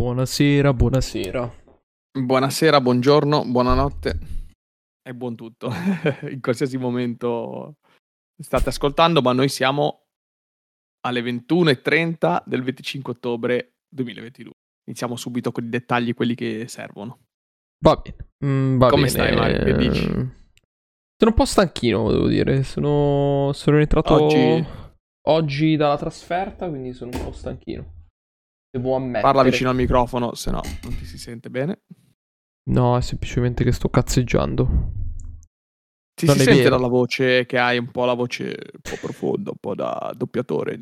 Buonasera, buonasera. Buonasera, buongiorno, buonanotte e buon tutto. In qualsiasi momento state ascoltando, ma noi siamo alle 21:30 del 25 ottobre 2022. Iniziamo subito con i dettagli, quelli che servono. Va bene, va Come bene. stai, Mario? Che dici? Sono un po' stanchino, devo dire. Sono Oggi rientrato oggi dalla trasferta, quindi sono un po' stanchino. Devo parla ammettere. vicino al microfono, se no non ti si sente bene. No, è semplicemente che sto cazzeggiando. Ti Non si è sente vero. dalla voce che hai un po' la voce un po' profonda, un po' da doppiatore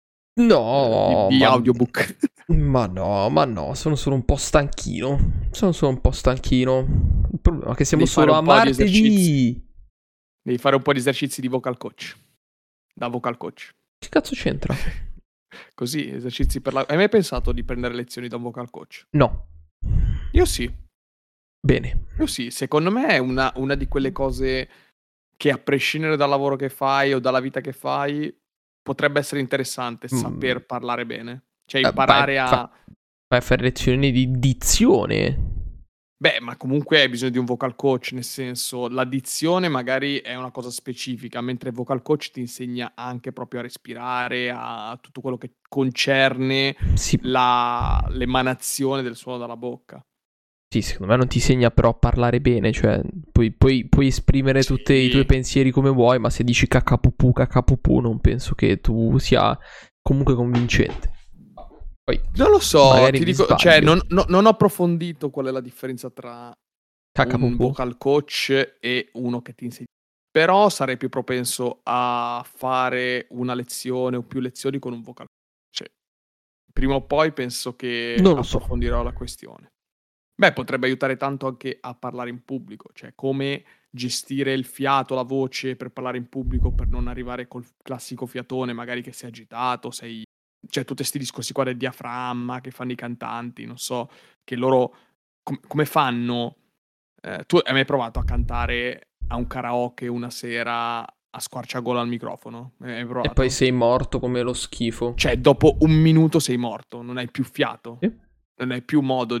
No, di audiobook. ma no, sono solo un po' stanchino. Sono solo un po' stanchino. Il problema è che siamo Devi fare solo a un po' di esercizi. martedì. Devi fare un po' di esercizi di vocal coach. Da vocal coach. Che cazzo c'entra? Così, esercizi per la... Hai mai pensato di prendere lezioni da un vocal coach? No. Io sì, Bene. secondo me è una di quelle cose che a prescindere dal lavoro che fai o dalla vita che fai, potrebbe essere interessante Mm, saper parlare bene. Cioè vai, imparare a... vai a fare lezioni di dizione. Beh, ma comunque hai bisogno di un vocal coach, nel senso, la dizione magari è una cosa specifica, mentre il vocal coach ti insegna anche proprio a respirare, a tutto quello che concerne Sì, l'emanazione del suono dalla bocca. sì, secondo me non ti segna però a parlare bene, cioè puoi esprimere tutti i tuoi Sì. pensieri come vuoi, ma se dici cacapupù, non penso che tu sia comunque convincente. Poi Non lo so, magari ti mi dico, cioè sbaglio. non ho approfondito qual è la differenza tra un Cacapupù? vocal coach e uno che ti insegna. Però sarei più propenso a fare una lezione o più lezioni con un vocal coach. Cioè, prima o poi penso che Non lo so. approfondirò la questione. Beh, potrebbe aiutare tanto anche a parlare in pubblico, cioè come gestire il fiato, la voce per parlare in pubblico, per non arrivare col classico fiatone, magari che sei agitato, sei... Cioè, tutti 'sti discorsi qua del diaframma che fanno i cantanti, non so, che loro come fanno. Tu hai mai provato a cantare a un karaoke una sera a squarciagola al microfono? Hai E poi provato? sei morto come lo schifo. Cioè, dopo 1 minuto sei morto, non hai più fiato, Sì? non hai più modo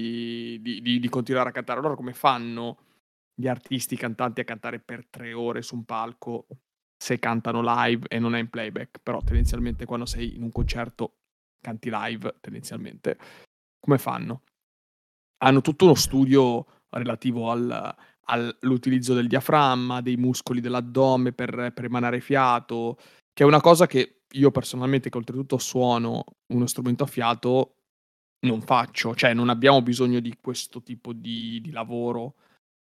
di continuare a cantare. Allora come fanno gli artisti, i cantanti a cantare per 3 ore su un palco se cantano live e non è in playback? Però tendenzialmente quando sei in un concerto canti live, tendenzialmente. Come fanno? Hanno tutto uno studio relativo all'utilizzo del diaframma, dei muscoli dell'addome per emanare fiato, che è una cosa che io personalmente, che oltretutto suono uno strumento a fiato, non faccio. Cioè, non abbiamo bisogno di questo tipo di lavoro.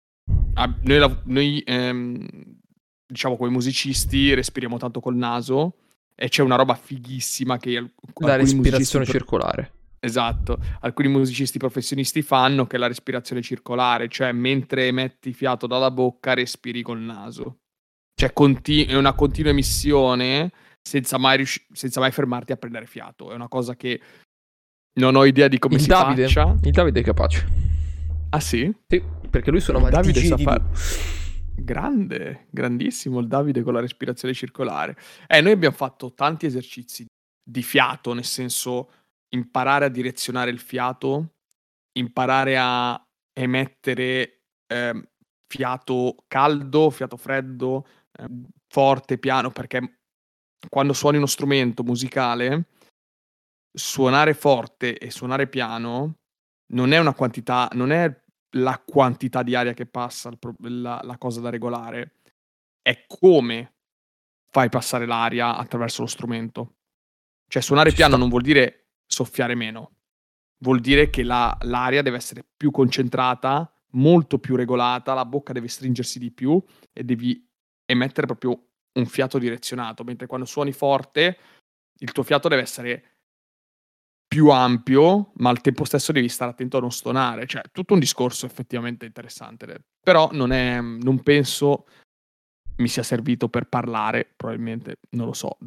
Diciamo come musicisti respiriamo tanto col naso e c'è una roba fighissima che La alcuni musicisti respirazione circolare. esatto, alcuni musicisti professionisti fanno, che è la respirazione circolare, cioè mentre emetti fiato dalla bocca respiri col naso. Cioè è una continua emissione senza mai fermarti a prendere fiato. È una cosa che non ho idea di come Il si Davide? faccia. Il Davide è capace. Ah sì? Sì, perché lui Il suonava il Davide sa didgeridoo. far grande, grandissimo il Davide con la respirazione circolare. Noi abbiam fatto tanti esercizi di fiato, nel senso imparare a direzionare il fiato, imparare a emettere, fiato caldo, fiato freddo, forte, piano, perché quando suoni uno strumento musicale, suonare forte e suonare piano non è la quantità di aria che passa la cosa da regolare, è come fai passare l'aria attraverso lo strumento. Cioè suonare Ci piano sta. non vuol dire soffiare meno, vuol dire che l'aria deve essere più concentrata, molto più regolata, la bocca deve stringersi di più e devi emettere proprio un fiato direzionato, mentre quando suoni forte il tuo fiato deve essere più ampio, ma al tempo stesso devi stare attento a non stonare. Cioè, tutto un discorso effettivamente interessante, però non penso mi sia servito per parlare, probabilmente, non lo so,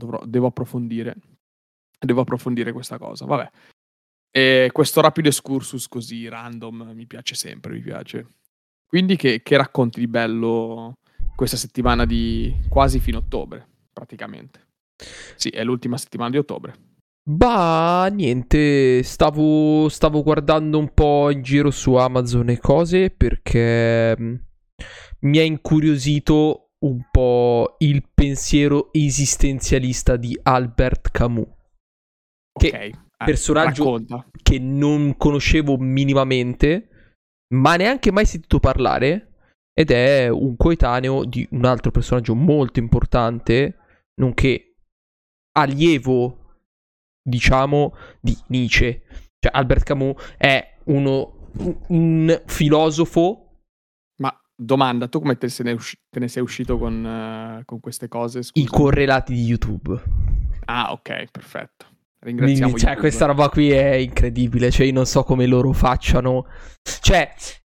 devo approfondire questa cosa, vabbè. Questo rapido excursus così random mi piace sempre, mi piace. Quindi che racconti di bello questa settimana di quasi fine ottobre, praticamente? Sì, è l'ultima settimana di ottobre. Bah, niente, stavo guardando un po' in giro su Amazon e cose perché mi ha incuriosito un po' il pensiero esistenzialista di Albert Camus, che Ok, personaggio racconta. che non conoscevo minimamente, ma neanche mai sentito parlare, ed è un coetaneo di un altro personaggio molto importante, nonché allievo, diciamo, di Nietzsche. Cioè, Albert Camus è un filosofo. Ma domanda, tu come te ne sei uscito con queste cose, I scusami? correlati di YouTube. Ah, ok, perfetto. Ringraziamo Cioè, YouTube. questa roba qui è incredibile. Cioè, io non so come loro facciano. Cioè,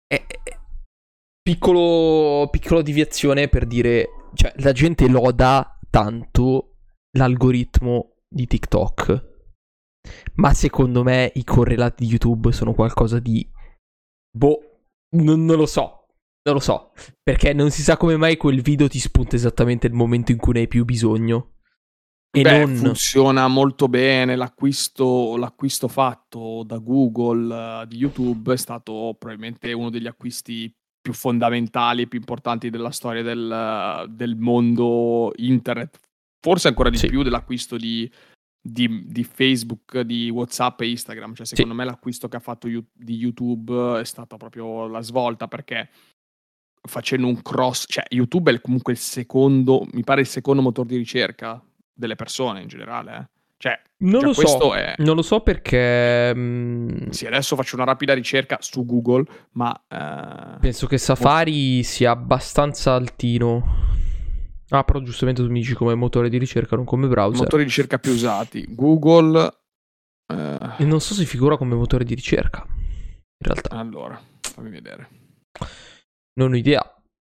piccolo deviazione per dire. Cioè, la gente loda tanto l'algoritmo di TikTok. Ma secondo me i correlati di YouTube sono qualcosa di... Boh, non lo so. Non lo so. Perché non si sa come mai quel video ti spunta esattamente il momento in cui ne hai più bisogno. E Beh, non... funziona molto bene. L'acquisto fatto da Google di YouTube è stato probabilmente uno degli acquisti più fondamentali e più importanti della storia del mondo internet. Forse ancora di Sì. più dell'acquisto di Facebook, di WhatsApp e Instagram. Cioè, secondo me l'acquisto che ha fatto di YouTube è stata proprio la svolta, perché facendo un cross, cioè YouTube è comunque il secondo, mi pare il secondo motore di ricerca delle persone in generale, eh. Cioè, Non già lo questo so. è... Non lo so perché... Sì, adesso faccio una rapida ricerca su Google, ma... penso che Safari sia abbastanza altino. Ah, però giustamente tu mi dici come motore di ricerca, non come browser. motori di ricerca più usati. Google... E non so se figura come motore di ricerca. In realtà. allora, fammi vedere. Non ho idea.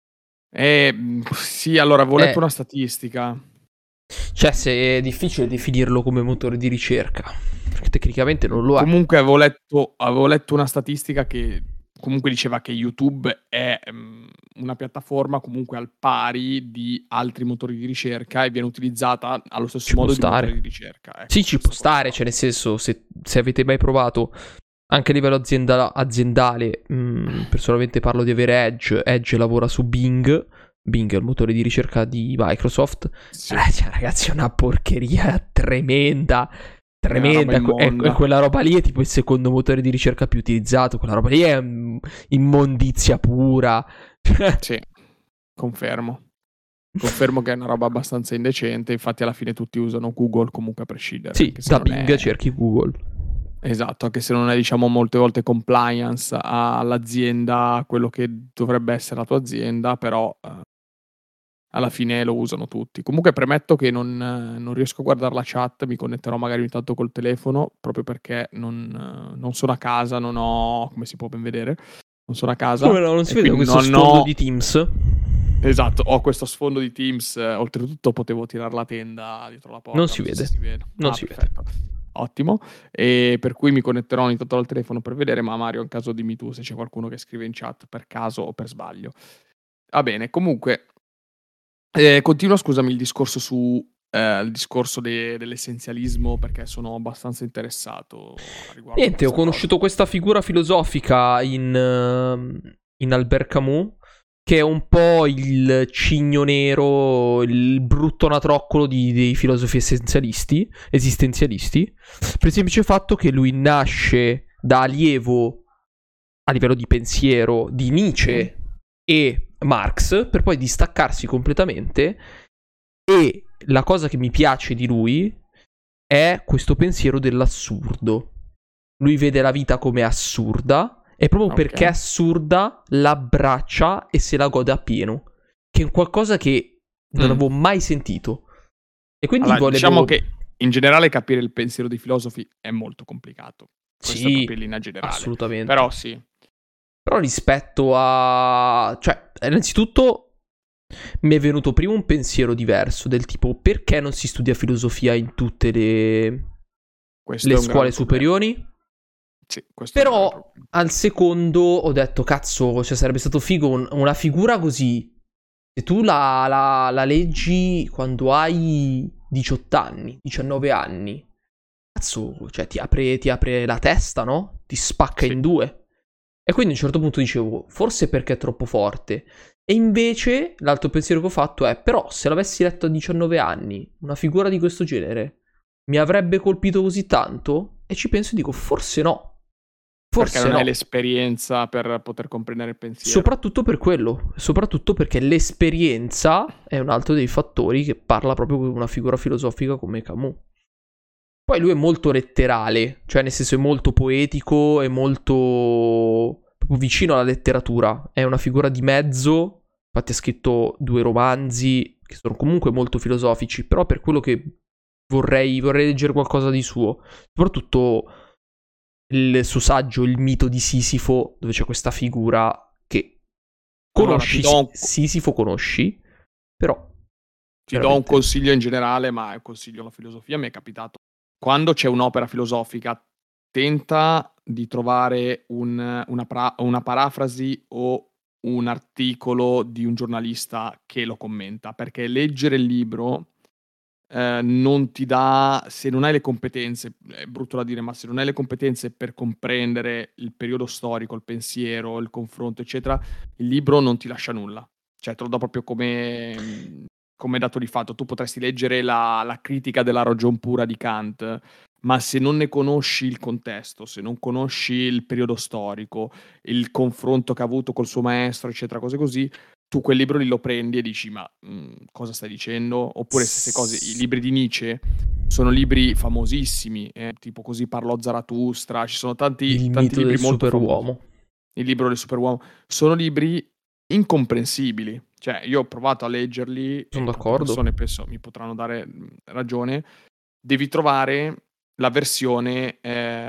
Sì, allora, avevo letto una statistica. Cioè, se è difficile definirlo come motore di ricerca. Perché tecnicamente non lo è. Comunque avevo letto una statistica che comunque diceva che YouTube è una piattaforma comunque al pari di altri motori di ricerca e viene utilizzata allo stesso Ci può modo di stare. motori di ricerca. Ecco, Sì, ci può questa cosa stare. qua. Cioè, nel senso, se avete mai provato anche a livello aziendale, personalmente parlo di avere Edge. Edge lavora su Bing. Bing è il motore di ricerca di Microsoft. Sì, Cioè, ragazzi, è una porcheria tremenda. Tremenda. È una roba immonda. Quella roba lì è tipo il secondo motore di ricerca più utilizzato. Quella roba lì è immondizia pura. Sì, confermo. Confermo che è una roba abbastanza indecente. Infatti alla fine tutti usano Google comunque a prescindere. Sì, anche se da non Bing è... cerchi Google. Esatto, anche se non è, diciamo, molte volte compliance all'azienda, quello che dovrebbe essere la tua azienda, però alla fine lo usano tutti. Comunque premetto che non riesco a guardare la chat, mi connetterò magari ogni tanto col telefono, proprio perché non sono a casa, non ho, come si può ben vedere, non sono a casa. Come no, non si e vede quindi questo non sfondo ho... di Teams? Esatto, ho questo sfondo di Teams, oltretutto potevo tirare la tenda dietro la porta. Non si so vede. se si vede. Non si vede. Perfetto. Ottimo. E per cui mi connetterò ogni tanto al telefono per vedere, ma Mario, in caso dimmi tu se c'è qualcuno che scrive in chat per caso o per sbaglio. Va bene, comunque continua, scusami, il discorso il discorso dell'essenzialismo, perché sono abbastanza interessato a riguardo a Niente, ho questa conosciuto cosa. questa figura filosofica in Albert Camus, che è un po' il cigno nero, il brutto natroccolo dei filosofi esistenzialisti, per il semplice fatto che lui nasce da allievo a livello di pensiero di Nietzsche e Marx, per poi distaccarsi completamente. E la cosa che mi piace di lui è questo pensiero dell'assurdo. Lui vede la vita come assurda e proprio perché è assurda l'abbraccia e se la gode appieno. Che è qualcosa che non avevo mai sentito. E quindi Allora, volevo... diciamo che in generale capire il pensiero dei filosofi è molto complicato. Questa è Sì, proprio in linea generale. assolutamente. Però sì. Però rispetto a... Cioè, innanzitutto mi è venuto prima un pensiero diverso, del tipo perché non si studia filosofia in tutte le scuole superiori? Sì, questo però al secondo ho detto cazzo, cioè sarebbe stato figo una figura così. Se tu la leggi quando hai 18 anni, 19 anni, cazzo, cioè ti apre la testa, no? Ti spacca Sì. in due. E quindi a un certo punto dicevo, forse perché è troppo forte. E invece l'altro pensiero che ho fatto è, però se l'avessi letto a 19 anni, una figura di questo genere mi avrebbe colpito così tanto? E ci penso e dico, forse no. Perché Forse non hai no. l'esperienza per poter comprendere il pensiero. Soprattutto per quello, soprattutto perché l'esperienza è un altro dei fattori che parla proprio con una figura filosofica come Camus. Poi lui è molto letterale, cioè nel senso è molto poetico, è molto proprio vicino alla letteratura, è una figura di mezzo, infatti ha scritto 2 romanzi che sono comunque molto filosofici, però per quello che vorrei leggere qualcosa di suo, soprattutto il suo saggio Il mito di Sisifo, dove c'è questa figura che Allora, ti conosci, do un, Sisifo conosci, però ti do un veramente consiglio in generale, ma è un consiglio alla filosofia. Mi è capitato. Quando c'è un'opera filosofica, tenta di trovare una parafrasi o un articolo di un giornalista che lo commenta, perché leggere il libro non ti dà, se non hai le competenze, è brutto da dire, ma se non hai le competenze per comprendere il periodo storico, il pensiero, il confronto, eccetera, il libro non ti lascia nulla. Cioè te lo dà proprio come dato di fatto. Tu potresti leggere la critica della ragion pura di Kant, ma se non ne conosci il contesto, se non conosci il periodo storico, il confronto che ha avuto col suo maestro, eccetera, cose così, tu quel libro lì lo prendi e dici: "Ma, cosa stai dicendo?" Oppure stesse cose, i libri di Nietzsche sono libri famosissimi, tipo Così parlò Zarathustra, ci sono tanti il tanti mito del libri molto famosi. superuomo. Il libro del superuomo. Sono libri incomprensibili. Cioè, io ho provato a leggerli Sono e tante d'accordo. persone penso mi potranno dare, ragione. Devi trovare la versione,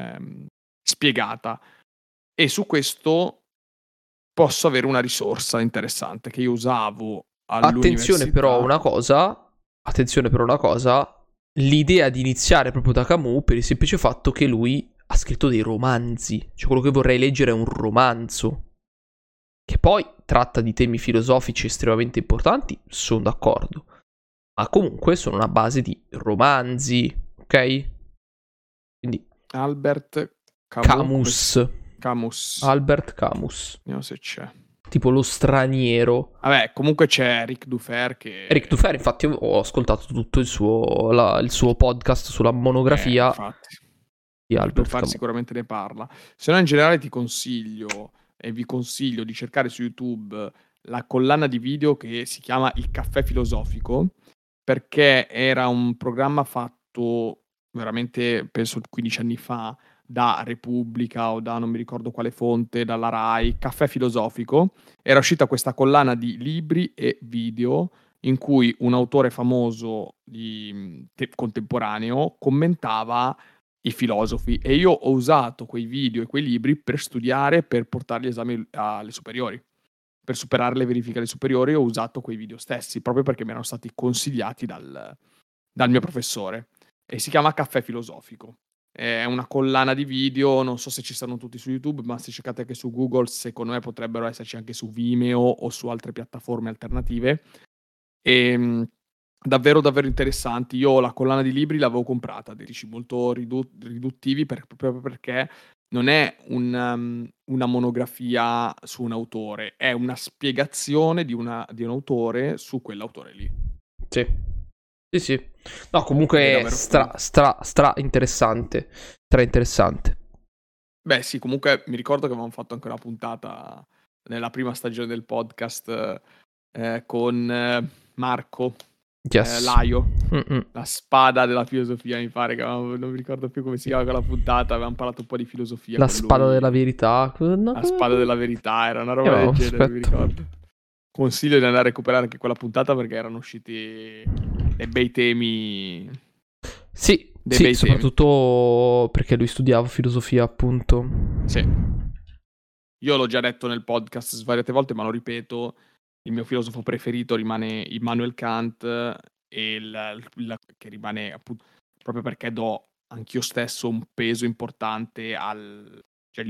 spiegata. E su questo posso avere una risorsa interessante che io usavo all'università. Attenzione però una cosa, l'idea di iniziare proprio da Camus per il semplice fatto che lui ha scritto dei romanzi, cioè quello che vorrei leggere è un romanzo, che poi tratta di temi filosofici estremamente importanti, sono d'accordo, ma comunque sono una base di romanzi, ok? Quindi Albert Camus, Camus, Camus, Albert Camus, vediamo se c'è. tipo lo straniero. Vabbè, comunque c'è Eric Dufer Eric che Dufer, infatti, ho ascoltato tutto il suo podcast sulla monografia infatti, di Eric Albert Dufer Camus. sicuramente ne parla. Se no in generale ti consiglio e vi consiglio di cercare su YouTube la collana di video che si chiama Il caffè filosofico, perché era un programma fatto veramente penso 15 anni fa da Repubblica o da non mi ricordo quale fonte, dalla Rai, Caffè filosofico. Era uscita questa collana di libri e video in cui un autore famoso contemporaneo commentava i filosofi e io ho usato quei video e quei libri per studiare, per portare gli esami alle superiori. Per superare le verifiche alle superiori ho usato quei video stessi, proprio perché mi erano stati consigliati dal mio professore. E si chiama Caffè filosofico. È una collana di video, non so se ci stanno tutti su YouTube, ma se cercate anche su Google, secondo me potrebbero esserci anche su Vimeo o su altre piattaforme alternative. Ehm, davvero, davvero interessanti. Io la collana di libri l'avevo comprata a dei prezzi molto riduttivi proprio perché non è una monografia su un autore, è una spiegazione di un autore su quell'autore lì, Sì, sì, sì. No, ed è comunque davvero figo. stra interessante. Stra interessante. Beh sì, comunque mi ricordo che avevamo fatto anche una puntata nella prima stagione del podcast, con Marco, Yes. Laio. Mm-mm. La spada della filosofia mi pare che avevamo non mi ricordo più come si chiama quella puntata, avevamo parlato un po' di filosofia La con spada della lui. verità. No, La spada della verità, era una roba del chiamavo, genere, mi aspetta. ricordo. Consiglio di andare a recuperare anche quella puntata perché erano usciti dei bei temi Sì, dei sì, bei temi. soprattutto perché lui studiava filosofia, appunto. Sì. Io l'ho già detto nel podcast svariate volte, ma lo ripeto, il mio filosofo preferito rimane Immanuel Kant e il che rimane proprio perché do anch'io stesso un peso importante cioè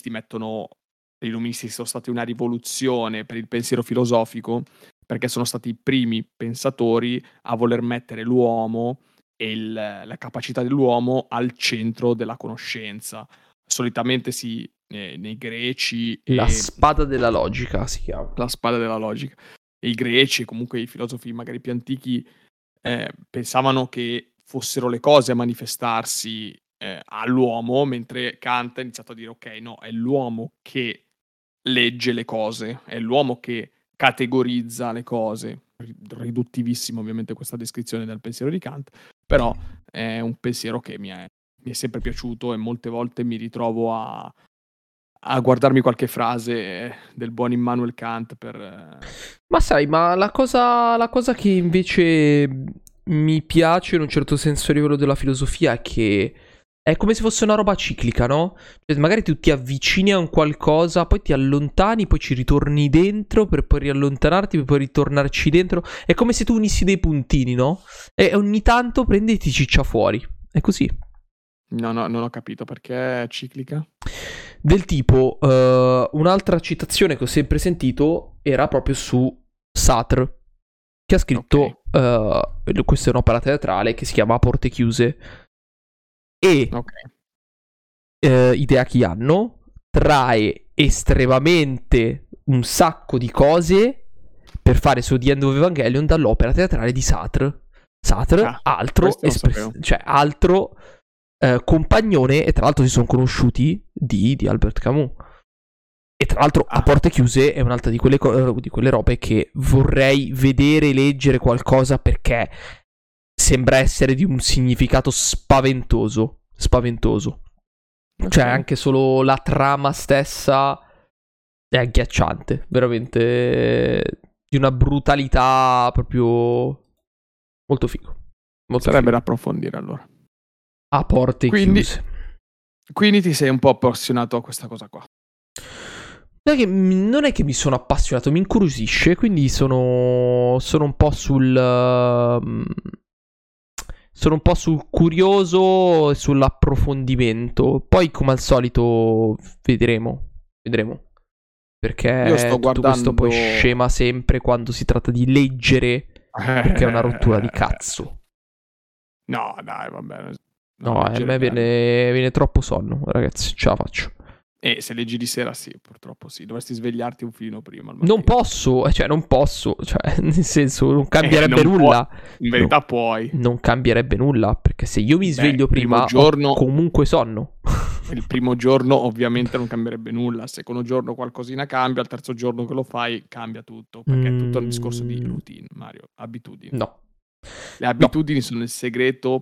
gli illuministi sono stati una rivoluzione per il pensiero filosofico, perché sono stati i primi pensatori a voler mettere l'uomo la capacità dell'uomo al centro della conoscenza. Solitamente nei greci La e spada della logica si chiama. la spada della logica. E i greci e comunque i filosofi magari più antichi, pensavano che fossero le cose a manifestarsi, all'uomo, mentre Kant ha iniziato a dire: "Okay, no, è l'uomo che legge le cose, è l'uomo che categorizza le cose". Riduttivissima ovviamente questa descrizione del pensiero di Kant, però è un pensiero che mi è sempre piaciuto e molte volte mi ritrovo a guardarmi qualche frase del buon Immanuel Kant Ma sai, ma la cosa che invece mi piace in un certo senso a livello della filosofia è che è come se fosse una roba ciclica, no? Cioè, magari tu ti avvicini a un qualcosa, poi ti allontani, poi ci ritorni dentro per poi riallontanarti, per poi ritornarci dentro. È come se tu unissi dei puntini, no? E ogni tanto prendi e ti ciccia fuori. È così. No, non ho capito perché è ciclica? Del tipo, un'altra citazione che ho sempre sentito era proprio su Sartre, che ha Okay, scritto, questa è un'opera teatrale che si chiama A Porte Chiuse, e okay. idea che hanno, trae estremamente un sacco di cose per fare su The End of Evangelion dall'opera teatrale di Sartre. Sartre, Ah, altro, questo non sapevo. cioè altro compagnone, e tra l'altro si sono conosciuti di Albert Camus. E tra l'altro A Ah, Porte Chiuse è un'altra di quelle robe che vorrei vedere, leggere qualcosa, perché sembra essere di un significato spaventoso. Spaventoso. Cioè, okay. anche solo la trama stessa è agghiacciante. Veramente di una brutalità proprio molto figo. Molto Sarebbe figo. da approfondire allora. A porte Quindi chiuse. ti sei un po' appassionato a questa cosa qua. Non è che mi sono appassionato, mi incuriosisce, quindi sono un po' sono un po' sul curioso e sull'approfondimento. Poi, come al solito, vedremo. Vedremo. Io Perché sto tutto questo poi guardando scema sempre quando si tratta di leggere, perché è una rottura di cazzo. no dai, vabbè, no, No, a leggere è me bello. viene troppo sonno, ragazzi, ce la faccio. Se leggi di sera sì, purtroppo sì. Dovresti svegliarti un filino prima al Non mattino. posso, cioè non posso, cioè nel senso non cambierebbe Non può nulla. in No, verità puoi. non cambierebbe nulla, perché se io mi Beh, sveglio prima ho comunque sonno. il primo giorno ovviamente non cambierebbe nulla, il secondo giorno qualcosina cambia, il terzo giorno che lo fai cambia tutto, perché è tutto un discorso di Mm, routine, Mario, abitudini. no, Le no. abitudini sono il segreto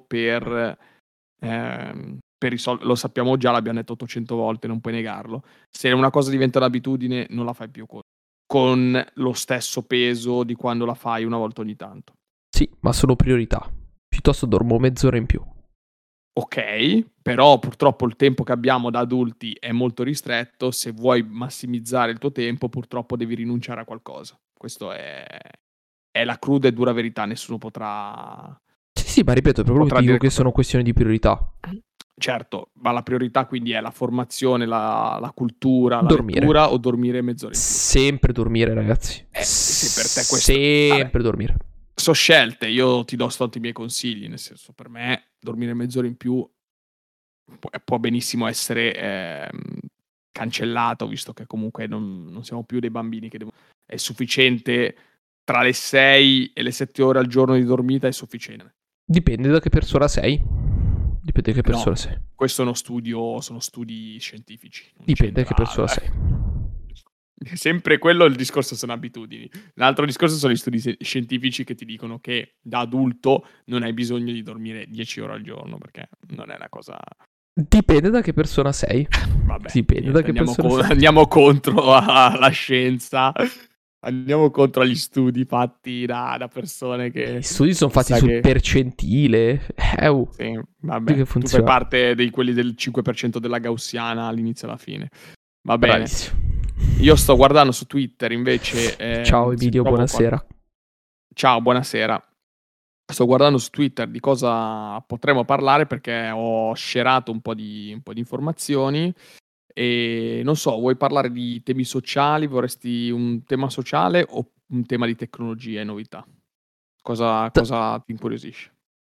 per lo sappiamo già, l'abbiamo detto 800 volte, non puoi negarlo. Se una cosa diventa un'abitudine non la fai più con lo stesso peso di quando la fai una volta ogni tanto. Sì, ma sono priorità. Piuttosto dormo mezz'ora in più. Okay, però purtroppo il tempo che abbiamo da adulti è molto ristretto, se vuoi massimizzare il tuo tempo purtroppo devi rinunciare a qualcosa. Questo è la cruda e dura verità, nessuno Sì, sì, ma ripeto, è per quello che ti potrà dico dire che contra sono questioni di priorità. certo, ma la priorità quindi è la formazione, la cultura, la Dormire. lettura o dormire mezz'ora in più? Sempre dormire, ragazzi. Se per te questo vabbè, Sempre dormire. so scelte, io ti do soltanto i miei consigli, nel senso per me dormire mezz'ora in più può benissimo essere, cancellato, visto che comunque non siamo più dei bambini che devo è sufficiente tra le 6 e le 7 ore al giorno di dormita è sufficiente. Dipende da che persona sei. Dipende da che No, persona sei. questo è uno studio sono studi scientifici, non Dipende da che c'entra persona sei. sempre quello il discorso sono abitudini. L'altro discorso sono gli studi scientifici che ti dicono che da adulto non hai bisogno di dormire 10 ore al giorno, perché non è una cosa Dipende da che persona sei. vabbè, Dipende da niente, che persona sei. andiamo contro alla scienza, andiamo contro agli studi fatti da persone Gli che studi sono fatti chissà sul che percentile. sì, Così vabbè, che tu fai funziona. parte di quelli del 5% della gaussiana all'inizio e alla fine. Va bene. Bravissimo. Io sto guardando su Twitter invece, Ciao se Emilio, trovo buonasera. ciao, buonasera. Sto guardando su Twitter di cosa potremmo parlare perché ho sherato un po' di informazioni e non so, vuoi parlare di temi sociali? Vorresti un tema sociale o un tema di tecnologia e novità? Cosa T- cosa ti incuriosisce?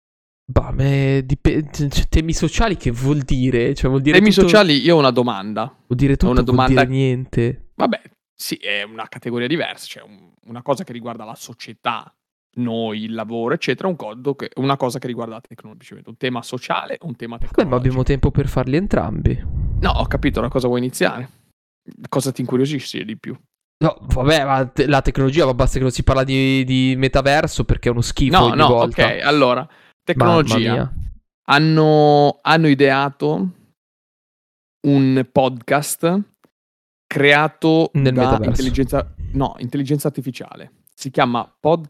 Bah, temi sociali che vuol dire? Cioè, vuol dire Temi tutto... sociali, io ho una domanda. Vuol dire tutto, Ho una vuol domanda. dire niente. Vabbè, sì, è una categoria diversa, cioè una cosa che riguarda la società, noi, il lavoro, eccetera, una cosa che riguarda la tecnologia, un tema sociale, un tema Vabbè, ma abbiamo tecnologico. tempo per farli entrambi. No, ho capito, da cosa vuoi iniziare? Cosa ti incuriosisce di più? No, vabbè, ma la tecnologia, basta che non si parla di metaverso perché è uno schifo ogni No, volta. ok, allora, Mamma tecnologia. mia. Hanno ideato un podcast creato Nel da metaverso. intelligenza artificiale. Si chiama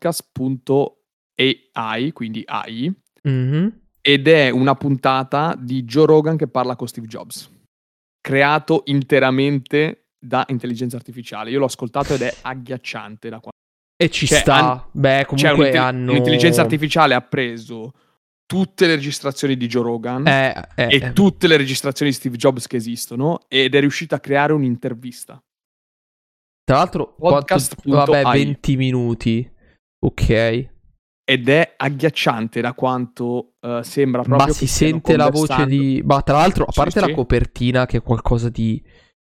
podcast.ai, quindi AI, Mhm. ed è una puntata di Joe Rogan che parla con Steve Jobs, creato interamente da intelligenza artificiale. Io l'ho ascoltato ed è agghiacciante da qua. E ci Cioè, sta. Beh, comunque hanno... un'intelligenza artificiale ha preso tutte le registrazioni di Joe Rogan e eh. tutte le registrazioni di Steve Jobs che esistono ed è riuscita a creare un'intervista. Tra l'altro, vabbè, 20 minuti. Ok. Ed è agghiacciante da quanto sembra proprio Ma che si stiano sente la voce conversando. di... Ma tra l'altro, a Sì, parte la sì. copertina che è qualcosa di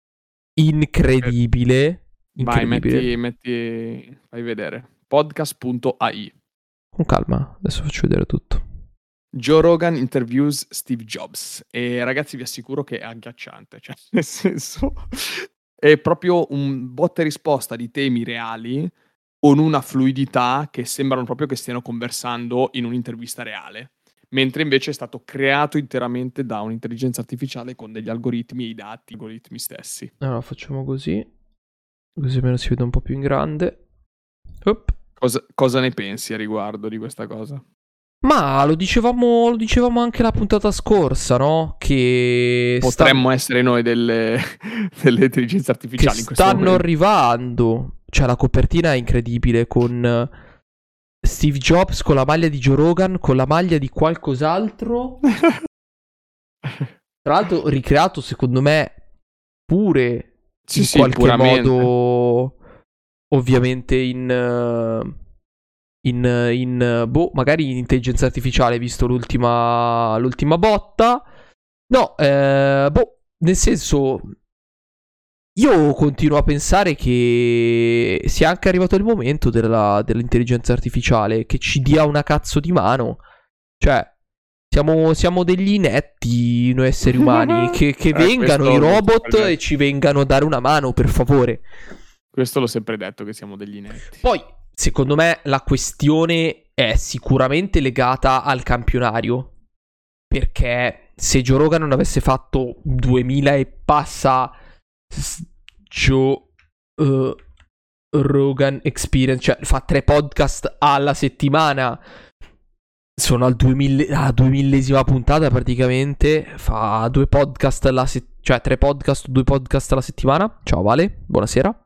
incredibile. Vai, Incredibile. fai vedere. Podcast.ai. Con calma, adesso faccio vedere tutto. Joe Rogan interviews Steve Jobs. E ragazzi, vi assicuro che è agghiacciante. Cioè, nel senso, è proprio un botta e risposta di temi reali con una fluidità che sembrano proprio che stiano conversando in un'intervista reale. Mentre invece è stato creato interamente da un'intelligenza artificiale con degli algoritmi e i dati, gli algoritmi stessi. Allora, facciamo così. Così almeno si vede un po' più in grande. Op. Cosa ne pensi a riguardo di questa cosa? Ma lo dicevamo anche la puntata scorsa, no? Che Potremmo essere noi delle intelligenze artificiali in questo stanno momento. arrivando. Cioè, la copertina è incredibile con Steve Jobs con la maglia di Joe Rogan, con la maglia di qualcos'altro. Tra l'altro, ricreato secondo me pure in qualche puramente. modo, ovviamente magari in intelligenza artificiale, visto l'ultima botta. No, nel senso, io continuo a pensare che sia anche arrivato il momento dell'intelligenza artificiale che ci dia una cazzo di mano. Cioè, siamo degli inetti noi esseri umani, che vengano i robot e ci vengano a dare una mano, per favore. Questo l'ho sempre detto, che siamo degli inetti. Poi, secondo me, la questione è sicuramente legata al campionario. Perché se Joe Rogan non avesse fatto 2000 e passa Joe Rogan Experience, cioè fa 3 podcast alla settimana, sono al 2000esima puntata praticamente, fa 2 podcast cioè 3 podcast, 2 podcast alla settimana. Ciao Vale, buonasera.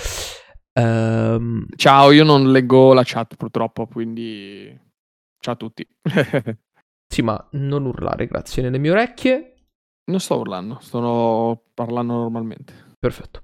Ciao, io non leggo la chat purtroppo, quindi ciao a tutti. Sì, ma non urlare, grazie, nelle mie orecchie. Non sto urlando, sto parlando normalmente. Perfetto.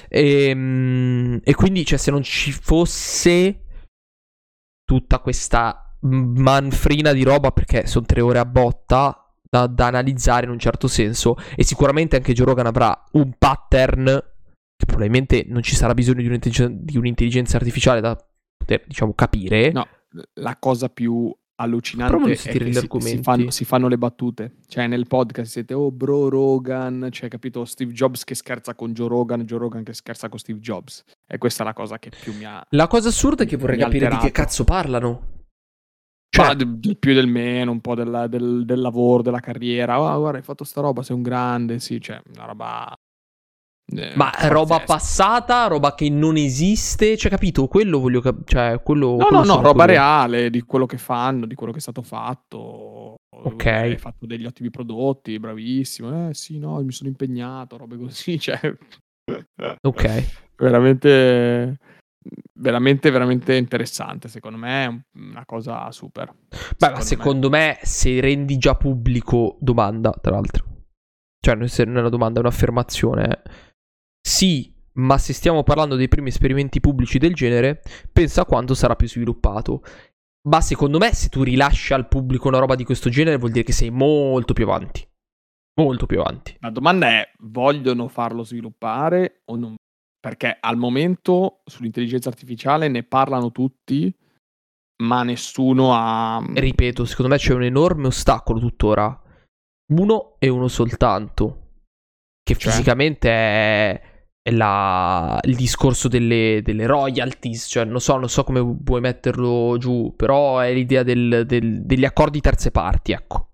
E quindi, cioè, se non ci fosse tutta questa manfrina di roba, perché sono 3 ore a botta da analizzare in un certo senso, e sicuramente anche Joe Rogan avrà un pattern che probabilmente non ci sarà bisogno di un'intelligenza artificiale da poter, diciamo, capire. No, la cosa più allucinante è che si fanno le battute. Cioè nel podcast siete bro Rogan, cioè capito, Steve Jobs che scherza con Joe Rogan che scherza con Steve Jobs. E questa è la cosa che più mi ha... La cosa assurda è che vorrei capire di che cazzo parlano. Cioè, del più e del meno, un po' del lavoro, della carriera. Guarda, hai fatto sta roba, sei un grande, sì, cioè una roba... ma roba passata, roba che non esiste, cioè capito? Quello voglio cioè quello no, roba reale di quello che fanno, di quello che è stato fatto. Ok. Hai fatto degli ottimi prodotti, bravissimo. Sì, no, mi sono impegnato, robe così, cioè. Ok. Veramente interessante, secondo me è una cosa super. Beh, ma secondo me se rendi già pubblico domanda, tra l'altro. Cioè, non è una domanda, è un'affermazione. Sì, ma se stiamo parlando dei primi esperimenti pubblici del genere, pensa a quanto sarà più sviluppato. Ma secondo me, se tu rilasci al pubblico una roba di questo genere, vuol dire che sei molto più avanti. Molto più avanti. La domanda è: vogliono farlo sviluppare o non? Perché al momento sull'intelligenza artificiale ne parlano tutti, ma nessuno ha... Ripeto, secondo me c'è un enorme ostacolo tuttora. Uno e uno soltanto. Che Cioè? fisicamente è il discorso delle royalties. Cioè, non so come vuoi metterlo giù, però è l'idea degli accordi terze parti, ecco.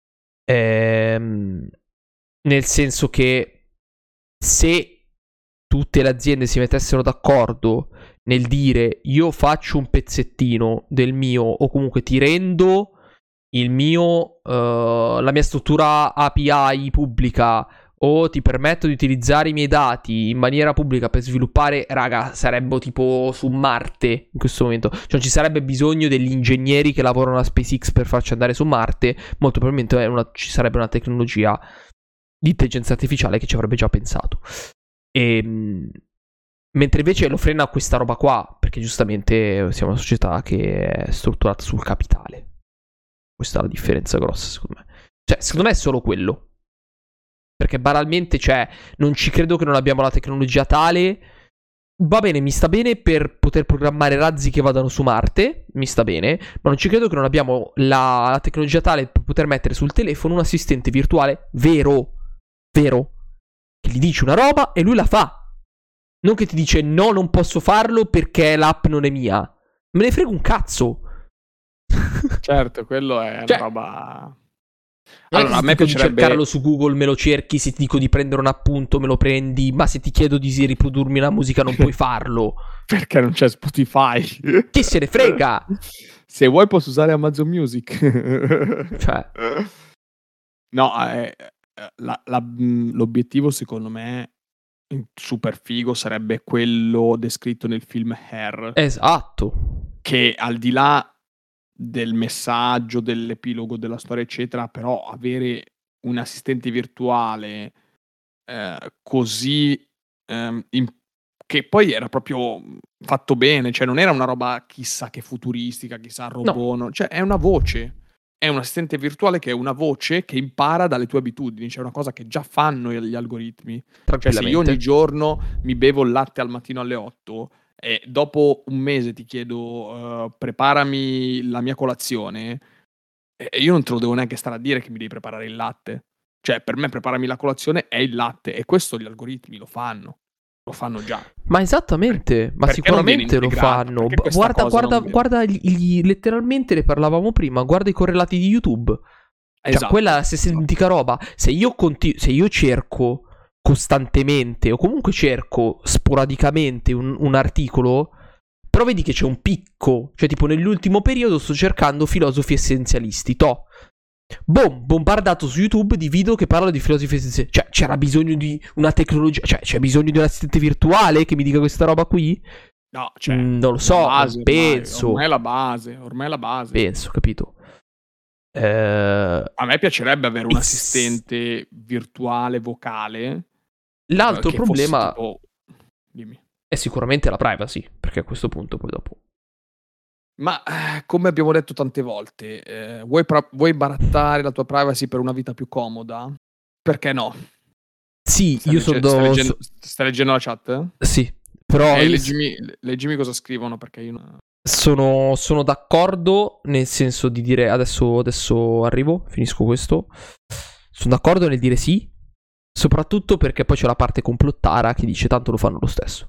Nel senso che se tutte le aziende si mettessero d'accordo nel dire io faccio un pezzettino del mio, o comunque ti rendo il mio, la mia struttura API pubblica, o ti permetto di utilizzare i miei dati in maniera pubblica per sviluppare, raga, sarebbe tipo su Marte in questo momento. Cioè non ci sarebbe bisogno degli ingegneri che lavorano a SpaceX per farci andare su Marte. Molto probabilmente ci sarebbe una tecnologia di intelligenza artificiale che ci avrebbe già pensato. Mentre invece lo frena questa roba qua, perché giustamente siamo una società che è strutturata sul capitale. Questa è la differenza grossa, secondo me. Cioè, secondo me è solo quello. Perché banalmente, cioè, non ci credo che non abbiamo la tecnologia tale. Va bene, mi sta bene per poter programmare razzi che vadano su Marte, mi sta bene, ma non ci credo che non abbiamo la tecnologia tale per poter mettere sul telefono un assistente virtuale vero, che gli dici una roba e lui la fa. Non che ti dice no, non posso farlo perché l'app non è mia. Me ne frega un cazzo. Certo, quello è Cioè, una roba... Allora, a me piacerebbe cercarlo su Google, me lo cerchi. Se ti dico di prendere un appunto, me lo prendi. Ma se ti chiedo di riprodurmi una musica, non puoi farlo. Perché non c'è Spotify? Chi se ne frega? Se vuoi posso usare Amazon Music. Cioè. No, l'obiettivo secondo me super figo sarebbe quello descritto nel film Hair. Esatto. Che al di là del messaggio, dell'epilogo della storia eccetera, però avere un assistente virtuale così che poi era proprio fatto bene, cioè non era una roba chissà che futuristica, chissà robot, no. Cioè è una voce, è un assistente virtuale che è una voce che impara dalle tue abitudini, cioè è una cosa che già fanno gli algoritmi. Cioè se io ogni giorno mi bevo il latte al mattino alle 8 e dopo un mese ti chiedo preparami la mia colazione, io non te lo devo neanche stare a dire che mi devi preparare il latte. Cioè per me preparami la colazione è il latte, e questo gli algoritmi lo fanno già. Ma esattamente, ma sicuramente lo fanno. Guarda letteralmente ne parlavamo prima, guarda i correlati di YouTube. Esatto, cioè quella è la stessa identica roba. Se io cerco costantemente o comunque cerco sporadicamente un articolo, però vedi che c'è un picco, cioè tipo nell'ultimo periodo sto cercando filosofi essenzialisti, bombardato su YouTube di video che parlano di filosofi essenzialisti. Cioè c'era bisogno di una tecnologia, cioè c'è bisogno di un assistente virtuale che mi dica questa roba qui? No, cioè non lo so, base, penso. Ormai è la base. Penso, capito? A me piacerebbe avere un assistente virtuale vocale. L'altro problema tipo... Dimmi. È sicuramente la privacy, perché a questo punto poi dopo... Ma come abbiamo detto tante volte, vuoi barattare la tua privacy per una vita più comoda? Perché no? Sì, Stai leggendo la chat? Sì, però... leggimi cosa scrivono, perché io... Sono d'accordo, nel senso di dire adesso arrivo, finisco questo. Sono d'accordo nel dire sì, soprattutto perché poi c'è la parte complottara che dice tanto lo fanno lo stesso.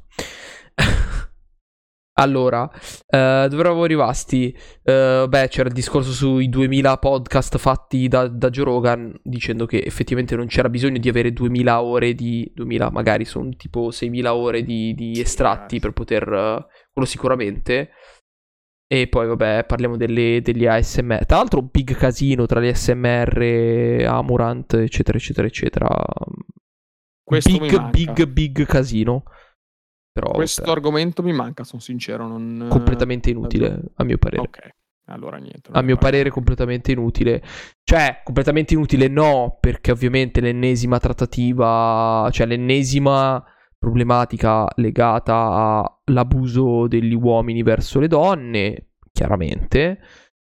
Allora, dove eravamo rimasti? C'era il discorso sui 2000 podcast fatti da Joe Rogan, dicendo che effettivamente non c'era bisogno di avere 2000 ore 2000, magari sono tipo 6000 ore di estratti per poter... quello sicuramente. E poi parliamo degli ASMR. Tra l'altro big casino tra gli ASMR, Amurant, eccetera eccetera eccetera. Questo big casino. Però, questo argomento mi manca, sono sincero. Completamente inutile, a mio parere. Ok, allora niente. A mio parere completamente inutile. Cioè, completamente inutile no, perché ovviamente l'ennesima trattativa, cioè l'ennesima problematica legata all'abuso degli uomini verso le donne, chiaramente.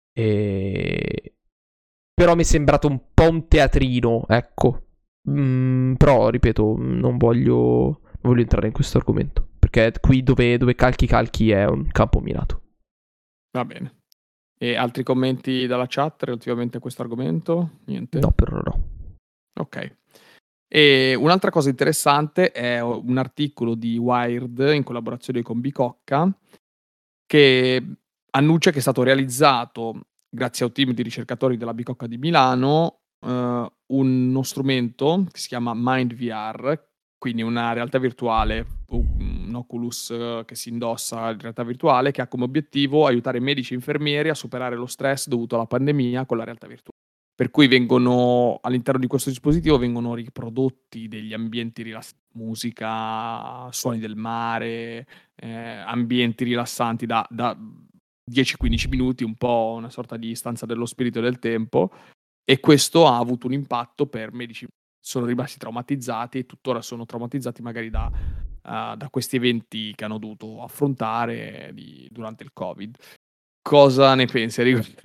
Però mi è sembrato un po' un teatrino, ecco. Però, ripeto, non voglio entrare in questo argomento, perché qui dove calchi è un campo minato. Va bene. E altri commenti dalla chat relativamente a questo argomento? Niente? No, per ora no. Ok. E un'altra cosa interessante è un articolo di Wired in collaborazione con Bicocca che annuncia che è stato realizzato, grazie a un team di ricercatori della Bicocca di Milano, uno strumento che si chiama Mind VR, quindi una realtà virtuale, un Oculus che si indossa in realtà virtuale, che ha come obiettivo aiutare medici e infermieri a superare lo stress dovuto alla pandemia con la realtà virtuale. Per cui all'interno di questo dispositivo vengono riprodotti degli ambienti musica, suoni del mare, ambienti rilassanti da 10-15 minuti, un po' una sorta di stanza dello spirito e del tempo, e questo ha avuto un impatto per medici. Sono rimasti traumatizzati e tuttora sono traumatizzati magari da questi eventi che hanno dovuto affrontare durante il Covid. Cosa ne pensi a riguardo?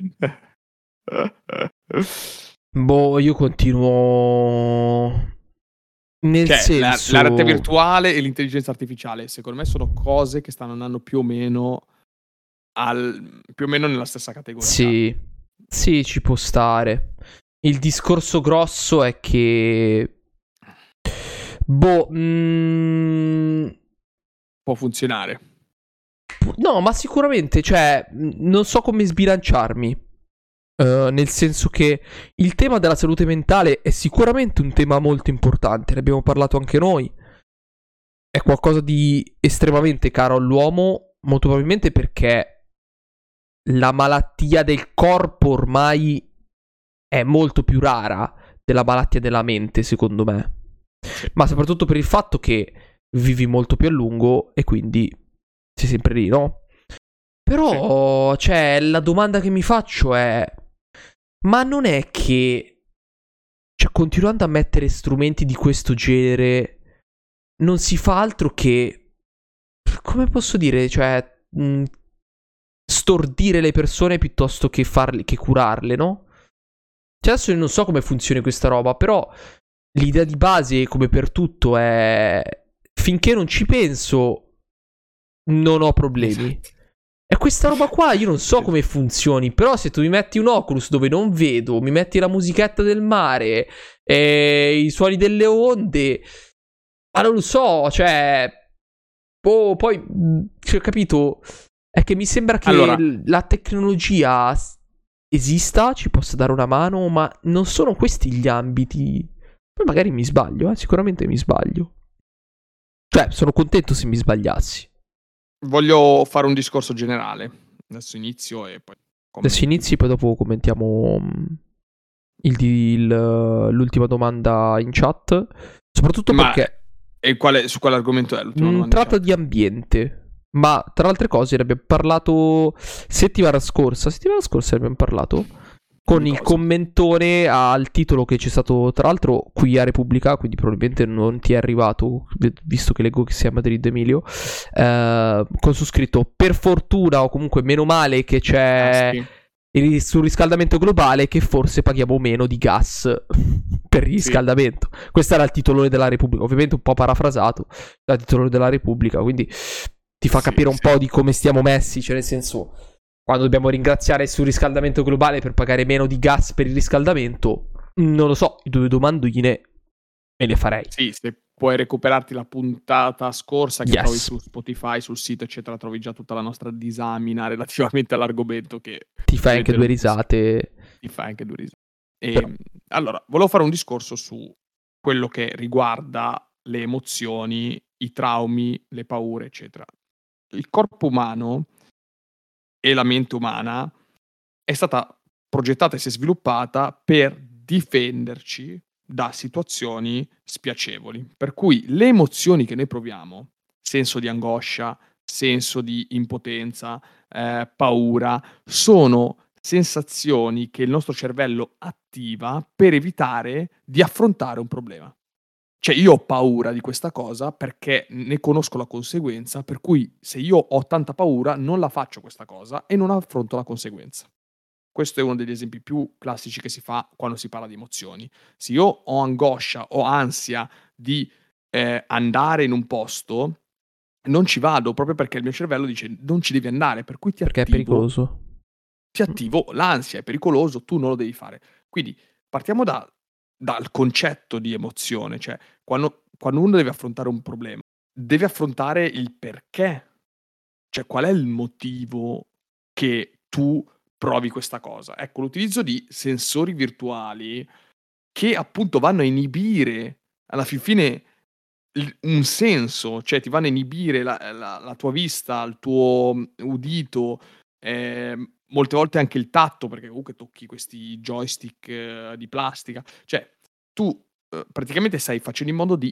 Boh, io continuo. Nel La senso, realtà virtuale e l'intelligenza artificiale, secondo me, sono cose che stanno andando più o meno nella stessa categoria. sì, ci può stare. Il discorso grosso è che boh, Può funzionare. no, ma sicuramente, cioè, non so come sbilanciarmi. Nel senso che il tema della salute mentale è sicuramente un tema molto importante, ne abbiamo parlato anche noi. È qualcosa di estremamente caro all'uomo, molto probabilmente perché la malattia del corpo ormai è molto più rara della malattia della mente, secondo me. Ma soprattutto per il fatto che vivi molto più a lungo e quindi sei sempre lì, no? Però, cioè, la domanda che mi faccio è: ma non è che, cioè, continuando a mettere strumenti di questo genere, non si fa altro che, come posso dire, cioè, stordire le persone piuttosto che curarle, no? Cioè, adesso io non so come funzioni questa roba, però l'idea di base, come per tutto, è: finché non ci penso, non ho problemi. Esatto. E questa roba qua io non so come funzioni, però se tu mi metti un Oculus dove non vedo, mi metti la musichetta del mare, i suoni delle onde, ma non lo so, cioè, poi, cioè, capito, è che mi sembra che Allora, la tecnologia esista, ci possa dare una mano, ma non sono questi gli ambiti. Poi magari mi sbaglio, sicuramente mi sbaglio. Cioè, sono contento se mi sbagliassi. voglio fare un discorso generale. Adesso inizio e poi Adesso inizi, poi dopo commentiamo l'ultima domanda in chat. Soprattutto perché su quale argomento è l'ultima domanda? tratta di ambiente. Ma tra le altre cose ne abbiamo parlato settimana scorsa. Settimana scorsa ne abbiamo parlato con il commentone al titolo che c'è stato, tra l'altro, qui a Repubblica, quindi probabilmente non ti è arrivato, visto che leggo che sia a Madrid Emilio, con su scritto: per fortuna, o comunque meno male che c'è il surriscaldamento globale, che forse paghiamo meno di gas per il riscaldamento. Questo era il titolone della Repubblica, ovviamente un po' parafrasato, il titolone della Repubblica, quindi ti fa capire un po' di come stiamo messi, cioè nel senso, quando dobbiamo ringraziare il surriscaldamento globale per pagare meno di gas per il riscaldamento, non lo so, due domandine me le farei. Sì, se puoi recuperarti la puntata scorsa che trovi su Spotify, sul sito, eccetera, trovi già tutta la nostra disamina relativamente all'argomento, che ti fai anche due risate. Ti fai anche due risate. Allora, volevo fare un discorso su quello che riguarda le emozioni, i traumi, le paure, eccetera. Il corpo umano e la mente umana è stata progettata e si è sviluppata per difenderci da situazioni spiacevoli. Per cui le emozioni che noi proviamo, senso di angoscia, senso di impotenza, paura, sono sensazioni che il nostro cervello attiva per evitare di affrontare un problema. Cioè io ho paura di questa cosa perché ne conosco la conseguenza, per cui se io ho tanta paura non la faccio questa cosa e non affronto la conseguenza. Questo è uno degli esempi più classici che si fa quando si parla di emozioni. Se io ho angoscia, ho ansia di, andare in un posto, non ci vado proprio perché il mio cervello dice: "Non ci devi andare", per cui Perché è pericoloso. ti attivo l'ansia, è pericoloso, tu non lo devi fare. Quindi partiamo dal concetto di emozione, cioè quando uno deve affrontare un problema, deve affrontare il perché, cioè qual è il motivo che tu provi questa cosa. Ecco, l'utilizzo di sensori virtuali che appunto vanno a inibire alla fin fine un senso, cioè ti vanno a inibire la tua vista, il tuo, udito, molte volte anche il tatto, perché comunque tocchi questi joystick di plastica. Cioè tu, praticamente stai facendo in modo di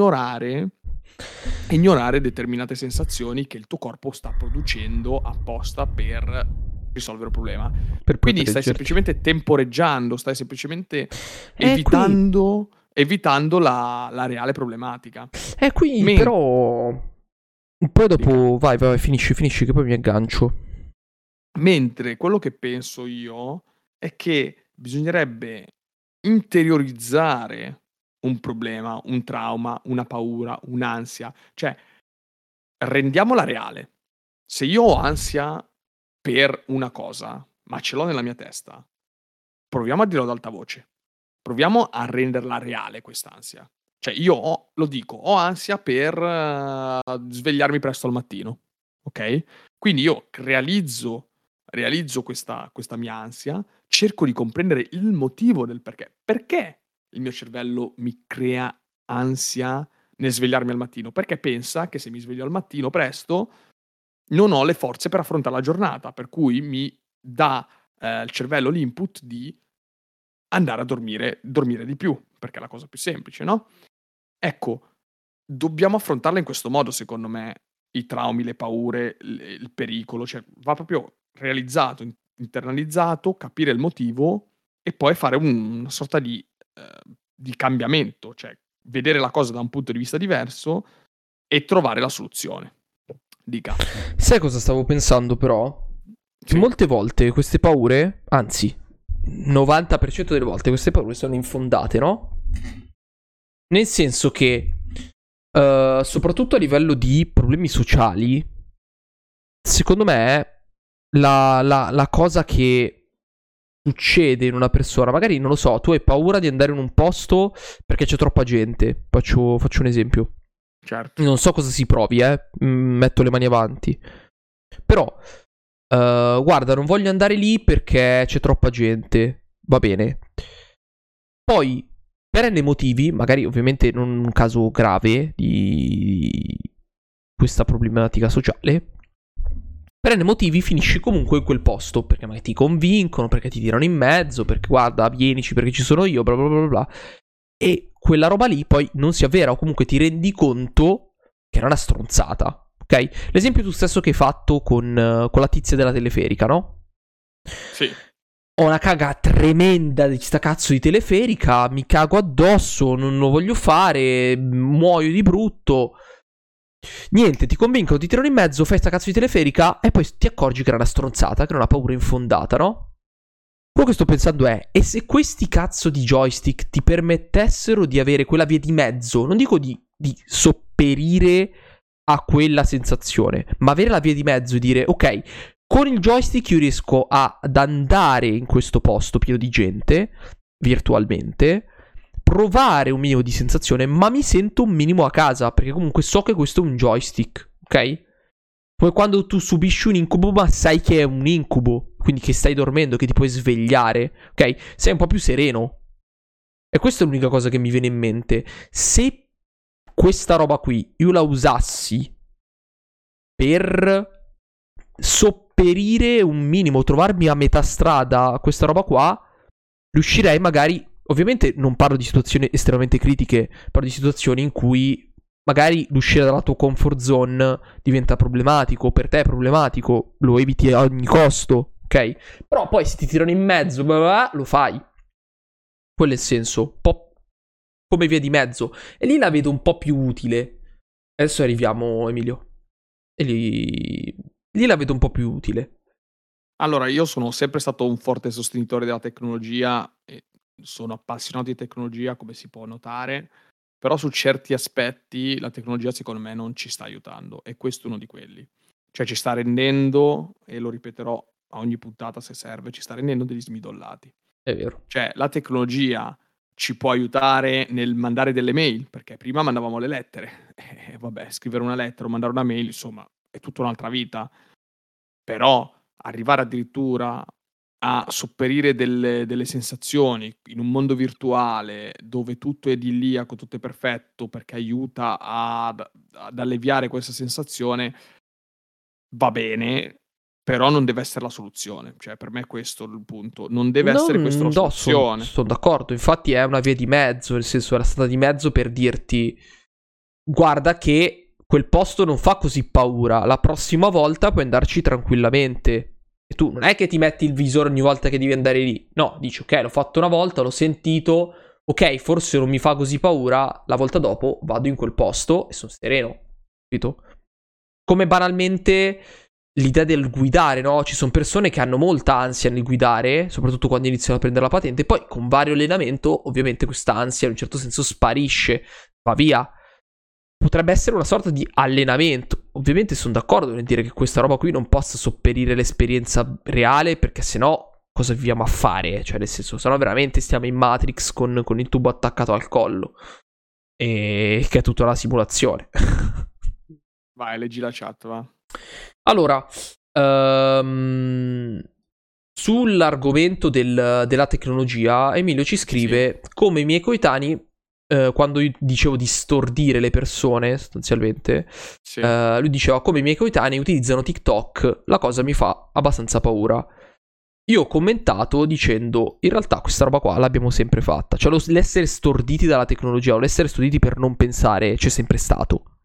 ignorare determinate sensazioni che il tuo corpo sta producendo apposta per risolvere un problema. Per Quindi stai proteggerti. semplicemente temporeggiando, stai semplicemente Qui evitando la reale problematica. qui Men però. Poi Dica. dopo. Vai, finisci che poi mi aggancio. Mentre quello che penso io è che bisognerebbe interiorizzare un problema, un trauma, una paura, un'ansia, cioè rendiamola reale. Se io ho ansia per una cosa, ma ce l'ho nella mia testa, proviamo a dirlo ad alta voce. Proviamo a renderla reale quest'ansia. Cioè lo dico, ho ansia per svegliarmi presto al mattino, okay, quindi io realizzo questa mia ansia, cerco di comprendere il motivo del perché. Perché il mio cervello mi crea ansia nel svegliarmi al mattino? Perché pensa che se mi sveglio al mattino presto non ho le forze per affrontar la giornata, per cui mi dà, il cervello l'input di andare a dormire di più, perché è la cosa più semplice, no, ecco, dobbiamo affrontarla in questo modo secondo me, i traumi, le paure, il pericolo, cioè va proprio realizzato, internalizzato, capire il motivo e poi fare una sorta di cambiamento, cioè vedere la cosa da un punto di vista diverso e trovare la soluzione. Dica. Sai cosa stavo pensando però? Che Sì. molte volte queste paure, anzi, 90% delle volte queste paure sono infondate, no? Nel senso che, soprattutto a livello di problemi sociali, secondo me la cosa che succede in una persona, magari non lo so, tu hai paura di andare in un posto perché c'è troppa gente. Faccio un esempio. Certo. Non so cosa si provi, metto le mani avanti. Però, guarda, non voglio andare lì perché c'è troppa gente. Va bene. Poi, per N motivi, magari ovviamente non un caso grave di questa problematica sociale, per N motivi finisci comunque in quel posto, perché magari ti convincono, perché ti tirano in mezzo, perché guarda, vienici perché ci sono io, bla bla bla bla. E quella roba lì poi non si avvera, o comunque ti rendi conto che era una stronzata, ok? L'esempio tu stesso che hai fatto con la tizia della teleferica, no? Sì. Ho una caga tremenda di sta cazzo di teleferica, mi cago addosso, non lo voglio fare, muoio di brutto. Niente, ti convincono, ti tirano in mezzo, fai sta cazzo di teleferica e poi ti accorgi che era una stronzata, che era una paura infondata, no? Quello che sto pensando è, e se questi cazzo di joystick ti permettessero di avere quella via di mezzo, non dico di sopperire a quella sensazione, ma avere la via di mezzo e dire, ok, con il joystick io riesco ad andare in questo posto pieno di gente, virtualmente, provare un minimo di sensazione, ma mi sento un minimo a casa, perché comunque so che questo è un joystick, ok? Come quando tu subisci un incubo, ma sai che è un incubo, quindi che stai dormendo, che ti puoi svegliare, ok? Sei un po' più sereno. E questa è l'unica cosa che mi viene in mente. Se questa roba qui io la usassi per sopperire un minimo, trovarmi a metà strada a questa roba qua, riuscirei magari, ovviamente non parlo di situazioni estremamente critiche, parlo di situazioni in cui magari l'uscire dalla tua comfort zone diventa problematico, per te è problematico, lo eviti a ogni costo, ok? Però poi se ti tirano in mezzo, bla bla bla, lo fai. Quello è il senso. come via di mezzo. E lì la vedo un po' più utile. Adesso arriviamo, Emilio. E lì la vedo un po' più utile. Allora, io sono sempre stato un forte sostenitore della tecnologia e sono appassionato di tecnologia, come si può notare, però su certi aspetti la tecnologia secondo me non ci sta aiutando e questo è uno di quelli. Cioè ci sta rendendo, e lo ripeterò a ogni puntata se serve, ci sta rendendo degli smidollati. È vero. Cioè la tecnologia ci può aiutare nel mandare delle mail, perché prima mandavamo le lettere. Vabbè, scrivere una lettera o mandare una mail, insomma, è tutta un'altra vita. Però arrivare addirittura a sopperire delle sensazioni in un mondo virtuale dove tutto è idilliaco, tutto è perfetto, perché aiuta ad alleviare questa sensazione, va bene, però non deve essere la soluzione. Cioè, per me è questo il punto. Non deve essere questa la No, soluzione. sono d'accordo. Infatti è una via di mezzo, nel senso era stata di mezzo per dirti guarda che quel posto non fa così paura, la prossima volta puoi andarci tranquillamente. E tu non è che ti metti il visore ogni volta che devi andare lì. No, dici ok, l'ho fatto una volta, l'ho sentito, ok, forse non mi fa così paura, la volta dopo vado in quel posto e sono sereno, capito? Come banalmente l'idea del guidare, no? Ci sono persone che hanno molta ansia nel guidare, soprattutto quando iniziano a prendere la patente, poi con vario allenamento ovviamente questa ansia in un certo senso sparisce, va via. Potrebbe essere una sorta di allenamento. Ovviamente sono d'accordo nel dire che questa roba qui non possa sopperire l'esperienza reale, perché sennò cosa viviamo a fare? Cioè, nel senso, sennò veramente stiamo in Matrix con il tubo attaccato al collo. E che è tutta una simulazione. Vai, leggi la chat, va. Allora, sull'argomento della tecnologia, Emilio ci scrive come i miei coetanei, quando io dicevo di stordire le persone, sostanzialmente, Sì. lui diceva come i miei coetanei utilizzano TikTok, la cosa mi fa abbastanza paura. Io ho commentato dicendo in realtà questa roba qua l'abbiamo sempre fatta, cioè l'essere storditi dalla tecnologia o l'essere storditi per non pensare c'è sempre stato,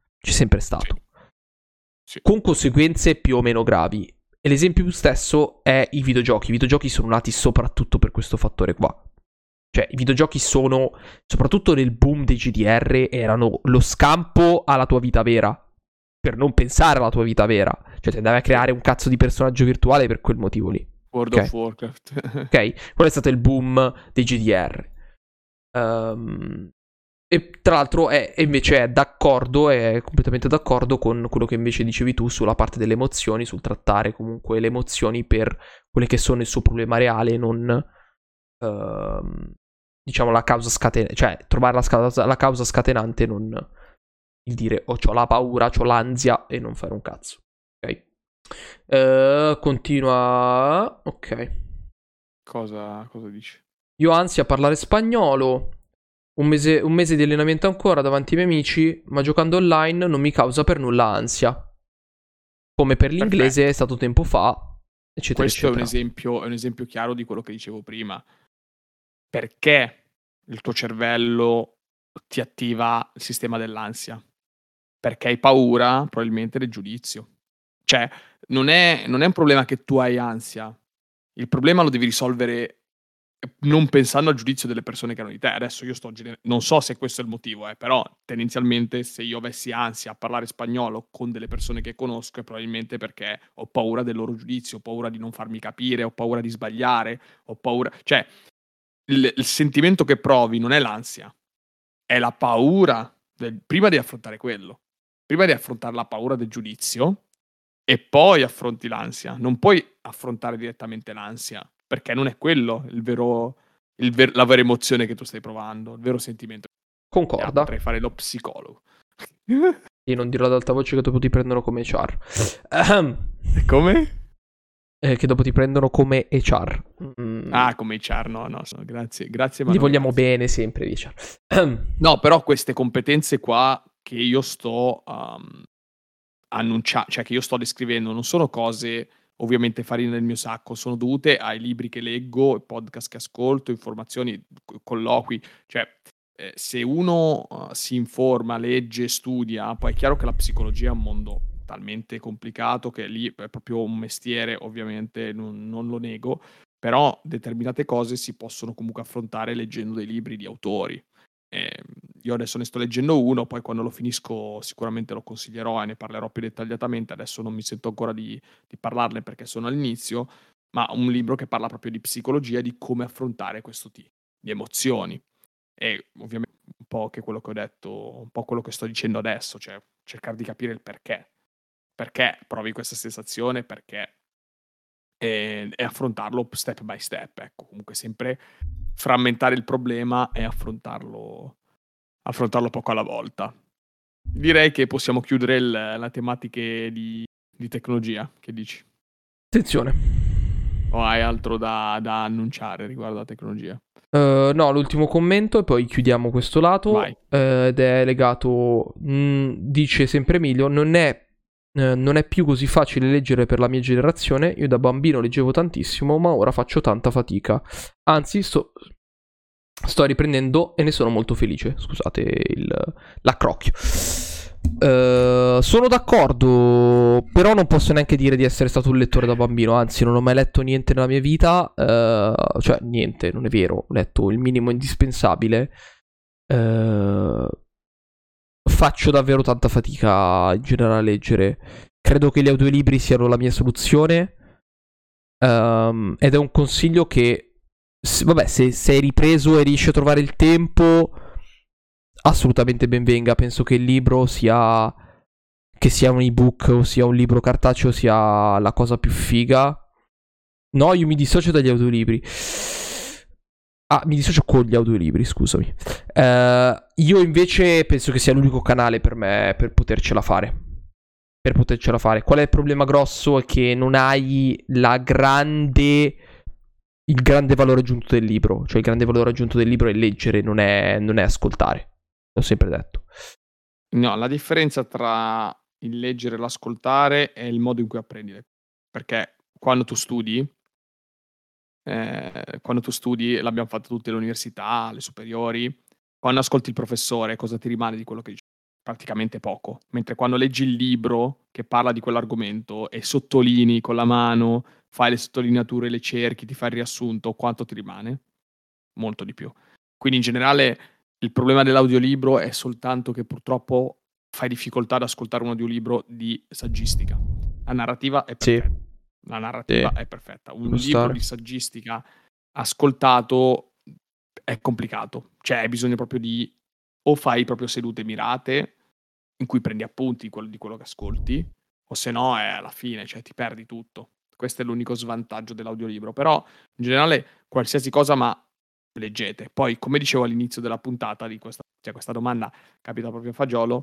Sì. con conseguenze più o meno gravi. E l'esempio più stesso è i videogiochi. I videogiochi sono nati soprattutto per questo fattore qua. Cioè, i videogiochi sono, soprattutto nel boom dei GDR, erano lo scampo alla tua vita vera. Per non pensare alla tua vita vera. Cioè, ti andavi a creare un cazzo di personaggio virtuale per quel motivo lì. World Ok? of Warcraft. Ok? Quello è stato il boom dei GDR. E tra l'altro invece è d'accordo, è completamente d'accordo con quello che invece dicevi tu sulla parte delle emozioni, sul trattare comunque le emozioni per quelle che sono il suo problema reale, non diciamo la causa scatenante, cioè trovare la causa scatenante, non il dire oh c'ho la paura, c'ho l'ansia e non fare un cazzo. Ok? Continua. Ok. Cosa dici? Io ho ansia a parlare spagnolo. Un mese di allenamento ancora davanti ai miei amici, ma giocando online non mi causa per nulla ansia. Come per l'inglese è stato tempo fa, eccetera, Questo eccetera. è un esempio chiaro di quello che dicevo prima. Perché il tuo cervello ti attiva il sistema dell'ansia? Perché hai paura probabilmente del giudizio. Cioè, non è un problema che tu hai ansia, il problema lo devi risolvere non pensando al giudizio delle persone che hanno di te. Adesso io non so se questo è il motivo, però tendenzialmente se io avessi ansia a parlare spagnolo con delle persone che conosco è probabilmente perché ho paura del loro giudizio, ho paura di non farmi capire, ho paura di sbagliare, ho paura cioè il sentimento che provi non è l'ansia, è la paura prima devi affrontare quello. Prima devi affrontare la paura del giudizio e poi affronti l'ansia. Non puoi affrontare direttamente l'ansia, perché non è quello la vera emozione che tu stai provando, il vero sentimento. Concorda. Potrei fare lo psicologo. E non dirò ad alta voce che dopo ti prendono come HR. Come? Che dopo ti prendono come HR. Come HR, no, grazie ma Li no vogliamo grazie. bene sempre, HR. No, però queste competenze qua che io sto cioè che io sto descrivendo non sono cose ovviamente farina del mio sacco, sono dovute ai libri che leggo, podcast che ascolto, informazioni, colloqui, cioè se uno si informa, legge, studia, poi è chiaro che la psicologia è un mondo talmente complicato che lì è proprio un mestiere, ovviamente non lo nego, però determinate cose si possono comunque affrontare leggendo dei libri di autori. Io adesso ne sto leggendo uno, poi quando lo finisco sicuramente lo consiglierò e ne parlerò più dettagliatamente. Adesso non mi sento ancora di parlarne perché sono all'inizio, ma un libro che parla proprio di psicologia e di come affrontare questo di emozioni. E ovviamente un po' che quello che ho detto, un po' quello che sto dicendo adesso, cioè cercare di capire il perché. Perché provi questa sensazione, perché e affrontarlo step by step, ecco. Comunque sempre frammentare il problema e affrontarlo poco alla volta. Direi che possiamo chiudere la tematiche di tecnologia, che dici? Attenzione. O hai altro da annunciare riguardo alla tecnologia? No, l'ultimo commento e poi chiudiamo questo Vai. lato, ed è legato, dice sempre Emilio, non è più così facile leggere per la mia generazione, io da bambino leggevo tantissimo, ma ora faccio tanta fatica. Anzi, sto riprendendo e ne sono molto felice. Scusate l'accrocchio. Sono d'accordo, però non posso neanche dire di essere stato un lettore da bambino, anzi non ho mai letto niente nella mia vita, cioè niente, non è vero, ho letto il minimo indispensabile. Faccio davvero tanta fatica in generale a leggere. Credo che gli audiolibri siano la mia soluzione, ed è un consiglio che, vabbè, se sei ripreso e riesci a trovare il tempo, assolutamente ben venga. Penso che il libro sia, che sia un ebook o sia un libro cartaceo, sia la cosa più figa. No, io mi dissocio dagli audiolibri. Ah, mi dissocio con gli audiolibri, scusami. Io invece penso che sia l'unico canale per me per potercela fare. Per potercela fare. Qual è il problema grosso? È che non hai il grande valore aggiunto del libro. Cioè il grande valore aggiunto del libro è leggere, non è ascoltare. L'ho sempre detto. No, la differenza tra il leggere e l'ascoltare è il modo in cui apprendi. Perché quando tu studi, l'abbiamo fatto tutte le università, alle superiori, quando ascolti il professore cosa ti rimane di quello che dice? Praticamente poco. Mentre quando leggi il libro che parla di quell'argomento e sottolinei con la mano, fai le sottolineature, le cerchi, ti fai il riassunto, quanto ti rimane? Molto di più. Quindi in generale il problema dell'audiolibro è soltanto che purtroppo fai difficoltà ad ascoltare un audiolibro di saggistica. La narrativa è Sì. perfetta. La narrativa Sì. è perfetta. Un Può libro stare. di saggistica ascoltato è complicato. Cioè hai bisogno proprio di o fai proprio sedute mirate in cui prendi appunti di quello che ascolti, o se no è alla fine, cioè ti perdi tutto. Questo è l'unico svantaggio dell'audiolibro. Però in generale qualsiasi cosa, ma leggete. Poi, come dicevo all'inizio della puntata di questa domanda capita proprio a fagiolo,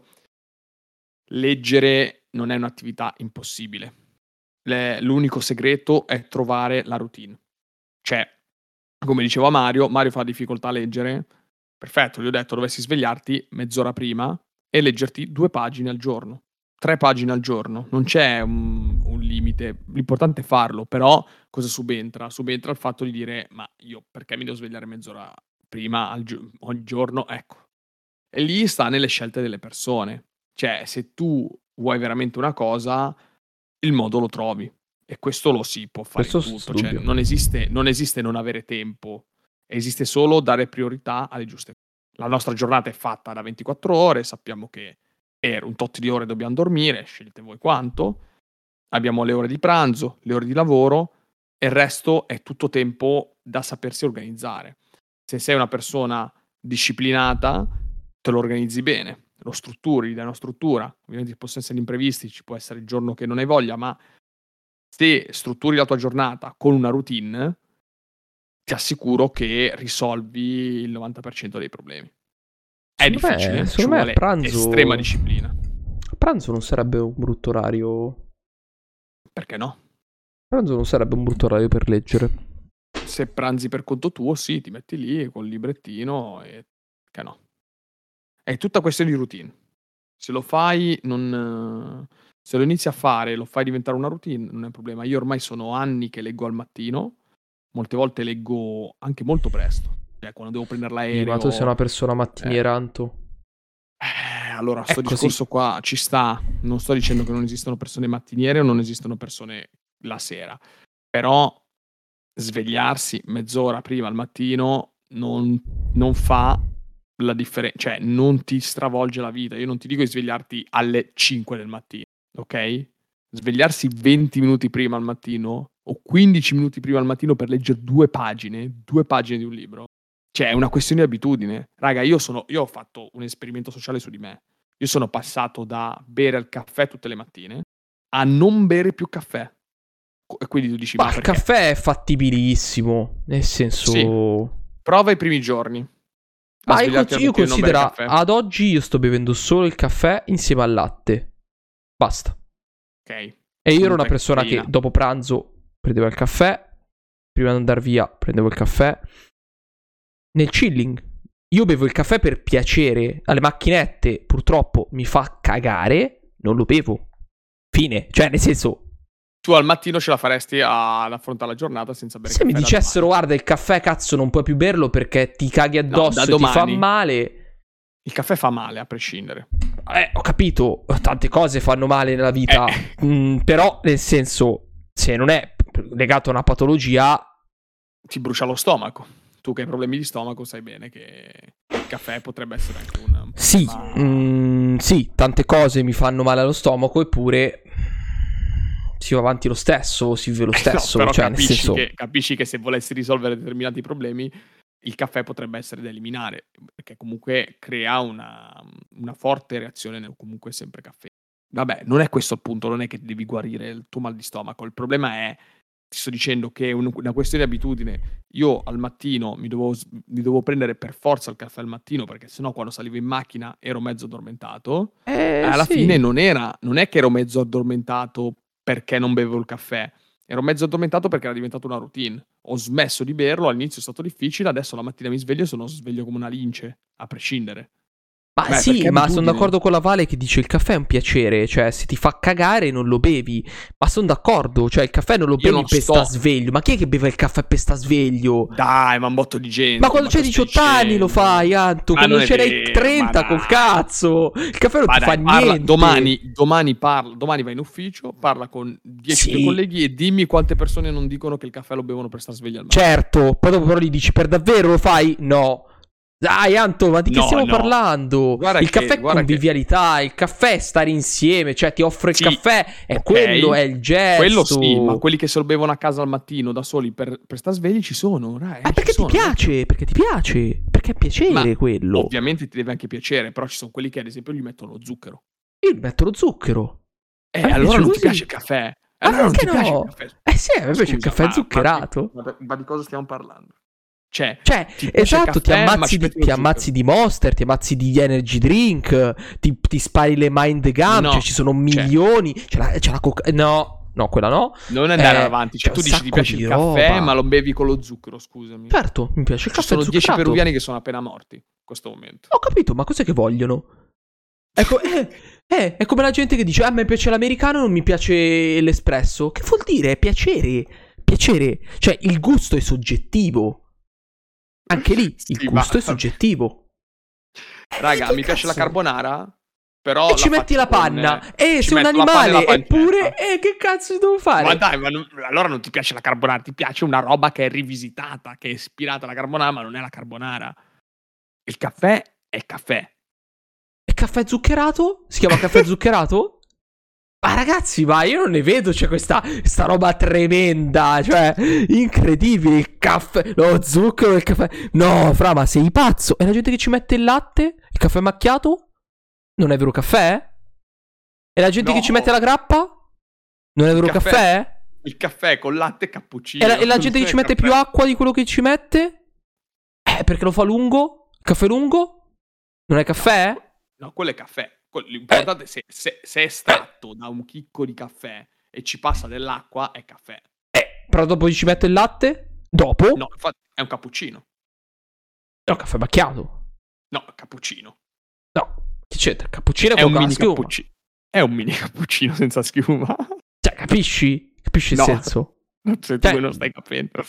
leggere non è un'attività impossibile. L'unico segreto è trovare la routine. Cioè, come dicevo a Mario fa difficoltà a leggere, perfetto, gli ho detto dovessi svegliarti mezz'ora prima e leggerti 2 pagine al giorno, 3 pagine al giorno, non c'è un limite, l'importante è farlo, però cosa subentra? Subentra il fatto di dire: "Ma io perché mi devo svegliare mezz'ora prima ogni giorno?" Ecco. E lì sta nelle scelte delle persone. Cioè, se tu vuoi veramente una cosa, il modo lo trovi. E questo lo si può fare in Questo senza tutto. Cioè, dubbio. non esiste non avere tempo. Esiste solo dare priorità alle giuste cose. La nostra giornata è fatta da 24 ore, sappiamo che per un tot di ore dobbiam dormire, scegliete voi quanto. Abbiamo le ore di pranzo, le ore di lavoro e il resto è tutto tempo da sapersi organizzare. Se sei una persona disciplinata, te lo organizzi bene, lo strutturi, gli dai una struttura. Ovviamente ci possono essere imprevisti, ci può essere il giorno che non hai voglia, ma se strutturi la tua giornata con una routine, ti assicuro che risolvi il 90% dei problemi. È difficile, ci Secondo me vuole estrema disciplina. a pranzo non sarebbe un brutto orario. Perché no? A pranzo non sarebbe un brutto orario per leggere. Se pranzi per conto tuo, sì, ti metti lì col librettino e che no. È tutta questione di routine. Se lo fai non se lo inizi a fare e lo fai diventare una routine, non è un problema. Io ormai sono anni che leggo al mattino, molte volte leggo anche molto presto, cioè quando devo prender Sì, ma tu sei l'aereo, una persona eh mattiniera, Anto. allora È 'sto così. discorso qua ci sta, non sto dicendo che non esistono persone mattiniere o non esistono persone la sera, però svegliarsi mezz'ora prima al mattino non fa la differenza, cioè non ti stravolge la vita. Io non ti dico di svegliarti alle 5 del mattino, ok? Svegliarsi 20 minuti prima al mattino o 15 minuti prima al mattino per leggere 2 pagine di un libro. Cioè, è una questione di abitudine. Raga, io ho fatto un esperimento sociale su di me. Io sono passato da bere il caffè tutte le mattine a non bere più caffè. E quindi tu dici, Ma il perché? caffè è fattibilissimo, nel senso... Sì. Prova i primi giorni. Ma io considero, ad oggi io sto bevendo solo il caffè insieme al latte. Basta. Ok. E io ero una persona che dopo pranzo prendeva il caffè, prima di andare via prendevo il caffè. Nel chilling io bevo il caffè per piacere, alle macchinette purtroppo mi fa cagare, non lo bevo. Fine, cioè nel senso... Tu al mattino ce la faresti ad affrontare la giornata senza bere caffè? Se mi dicessero, guarda, il caffè cazzo non puoi più berlo perché ti caghi addosso e ti fa male... Il caffè fa male, a prescindere. Ho capito, tante cose fanno male nella vita, però nel senso, se non è legato a una patologia... Ti brucia lo stomaco. Tu che hai problemi di stomaco sai bene che il caffè potrebbe essere anche un... Sì, tante cose mi fanno male allo stomaco, eppure si va avanti lo stesso, si vive lo stesso. No, però cioè, nel senso... capisci che se volessi risolvere determinati problemi, il caffè potrebbe essere da eliminare, perché comunque crea una forte reazione comunque sempre caffè. Vabbè, non è questo il punto, non è che devi guarire il tuo mal di stomaco, il problema è, ti sto dicendo che è una questione di abitudine. Io al mattino mi dovevo prendere per forza il caffè al mattino, perché sennò quando salivo in macchina ero mezzo addormentato. Alla fine non è che ero mezzo addormentato perché non bevevo il caffè, ero mezzo addormentato perché era diventata una routine. Ho smesso di berlo, all'inizio è stato difficile, adesso la mattina mi sveglio e sono sveglio come una lince, a prescindere. Ma sì, ma sono d'accordo con la Vale che dice il caffè è un piacere, cioè se ti fa cagare non lo bevi, ma sono d'accordo, cioè il caffè non lo bevi per sta sveglio, ma chi è che beve il caffè per sta sveglio? Dai, ma un botto di gente. Ma quando c'hai 18 anni lo fai, Anto, quando ce n'hai 30 col cazzo, il caffè non ti fa niente. Domani vai in ufficio, parla con 10 tuoi colleghi e dimmi quante persone non dicono che il caffè lo bevono per star svegli al mattino. Certo, poi dopo però gli dici per davvero lo fai? No. Dai Anto, ma di che stiamo parlando? Il caffè è convivialità, il caffè è stare insieme, cioè ti offro il caffè, è quello, è il gesto. Quello sì, ma quelli che se lo bevono a casa al mattino da soli per star svegli ci sono. Perché ti piace, perché è piacere quello. Ovviamente ti deve anche piacere, però ci sono quelli che ad esempio gli mettono lo zucchero. Io gli metto lo zucchero. Allora non ti piace il caffè? Allora non ti piace il caffè? Sì, a me piace il caffè zuccherato. Ma di cosa stiamo parlando? Cioè esatto, caffè, ti ammazzi di Monster, ti ammazzi di energy drink, ti spari le mind gum, cioè ci sono milioni, c'è la coca... No, quella no. Non andare avanti, cioè tu dici ti piace il caffè, ma lo bevi con lo zucchero, scusami. Certo, mi piace il caffè zuccherato. Ci sono 10 peruviani che sono appena morti in questo momento. Ho capito, ma cos'è che vogliono? Ecco, è come la gente che dice a me piace l'americano, non mi piace l'espresso. Che vuol dire? È piacere. Cioè il gusto è soggettivo. Anche lì il gusto è soggettivo. Raga, mi piace la carbonara, però e ci metti la panna. Sei un animale, eppure che cazzo devo fare? Ma dai, allora non ti piace la carbonara, ti piace una roba che è rivisitata, che è ispirata alla carbonara, ma non è la carbonara. Il caffè è caffè. E caffè zuccherato? Si chiama caffè zuccherato? Ma ragazzi, ma io non ne vedo, c'è questa roba tremenda, cioè, incredibile, il caffè, lo zucchero del caffè. No, fra, ma sei pazzo? E la gente che ci mette il latte? Il caffè macchiato? Non è vero caffè? E la gente che ci mette la grappa? Non è vero caffè? Il caffè con latte e cappuccino. E la gente che ci mette più acqua di quello che ci mette? Perché lo fa lungo? Il caffè lungo? Non è caffè? No, quello è caffè. L'importante è se è estratto da un chicco di caffè e ci passa dell'acqua, è caffè. Però dopo ci metto il latte? Dopo? No, infatti è un cappuccino. No, caffè macchiato. No, cappuccino. No, che c'entra? Cappuccino è un mini cappuccino. È un mini cappuccino senza schiuma. Cioè, capisci? Capisci il senso? Se tu non stai capendo.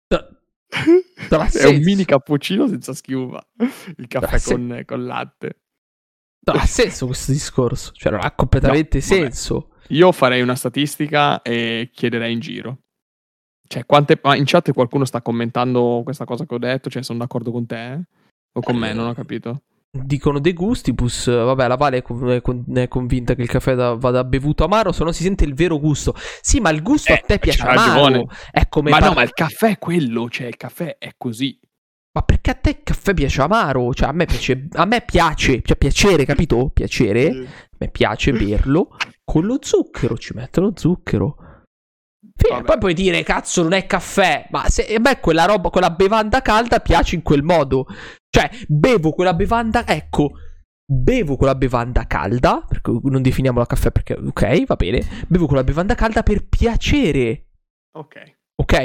È un mini cappuccino senza schiuma. Il caffè con latte. No, ha senso questo discorso, cioè non ha completamente senso. Io farei una statistica e chiederei in giro. Cioè, in chat qualcuno sta commentando questa cosa che ho detto, cioè sono d'accordo con te. O con me, non ho capito. Dicono De Gustibus, vabbè, la Vale è convinta che il caffè vada bevuto amaro, se no si sente il vero gusto. Sì, ma il gusto a te piace c'ha amaro. ragione. È come Ma no, ma il caffè è quello, cioè il caffè è così. Ma perché a te il caffè piace amaro? Cioè, a me piace, cioè piacere, capito? Piacere. A me piace berlo con lo zucchero, ci metto lo zucchero. Poi puoi dire, cazzo, non è caffè. Ma se a me quella roba, quella bevanda calda piace in quel modo. Cioè, bevo quella bevanda, ecco, bevo quella bevanda calda, perché non definiamola caffè perché, ok, va bene. Bevo quella bevanda calda per piacere. Ok?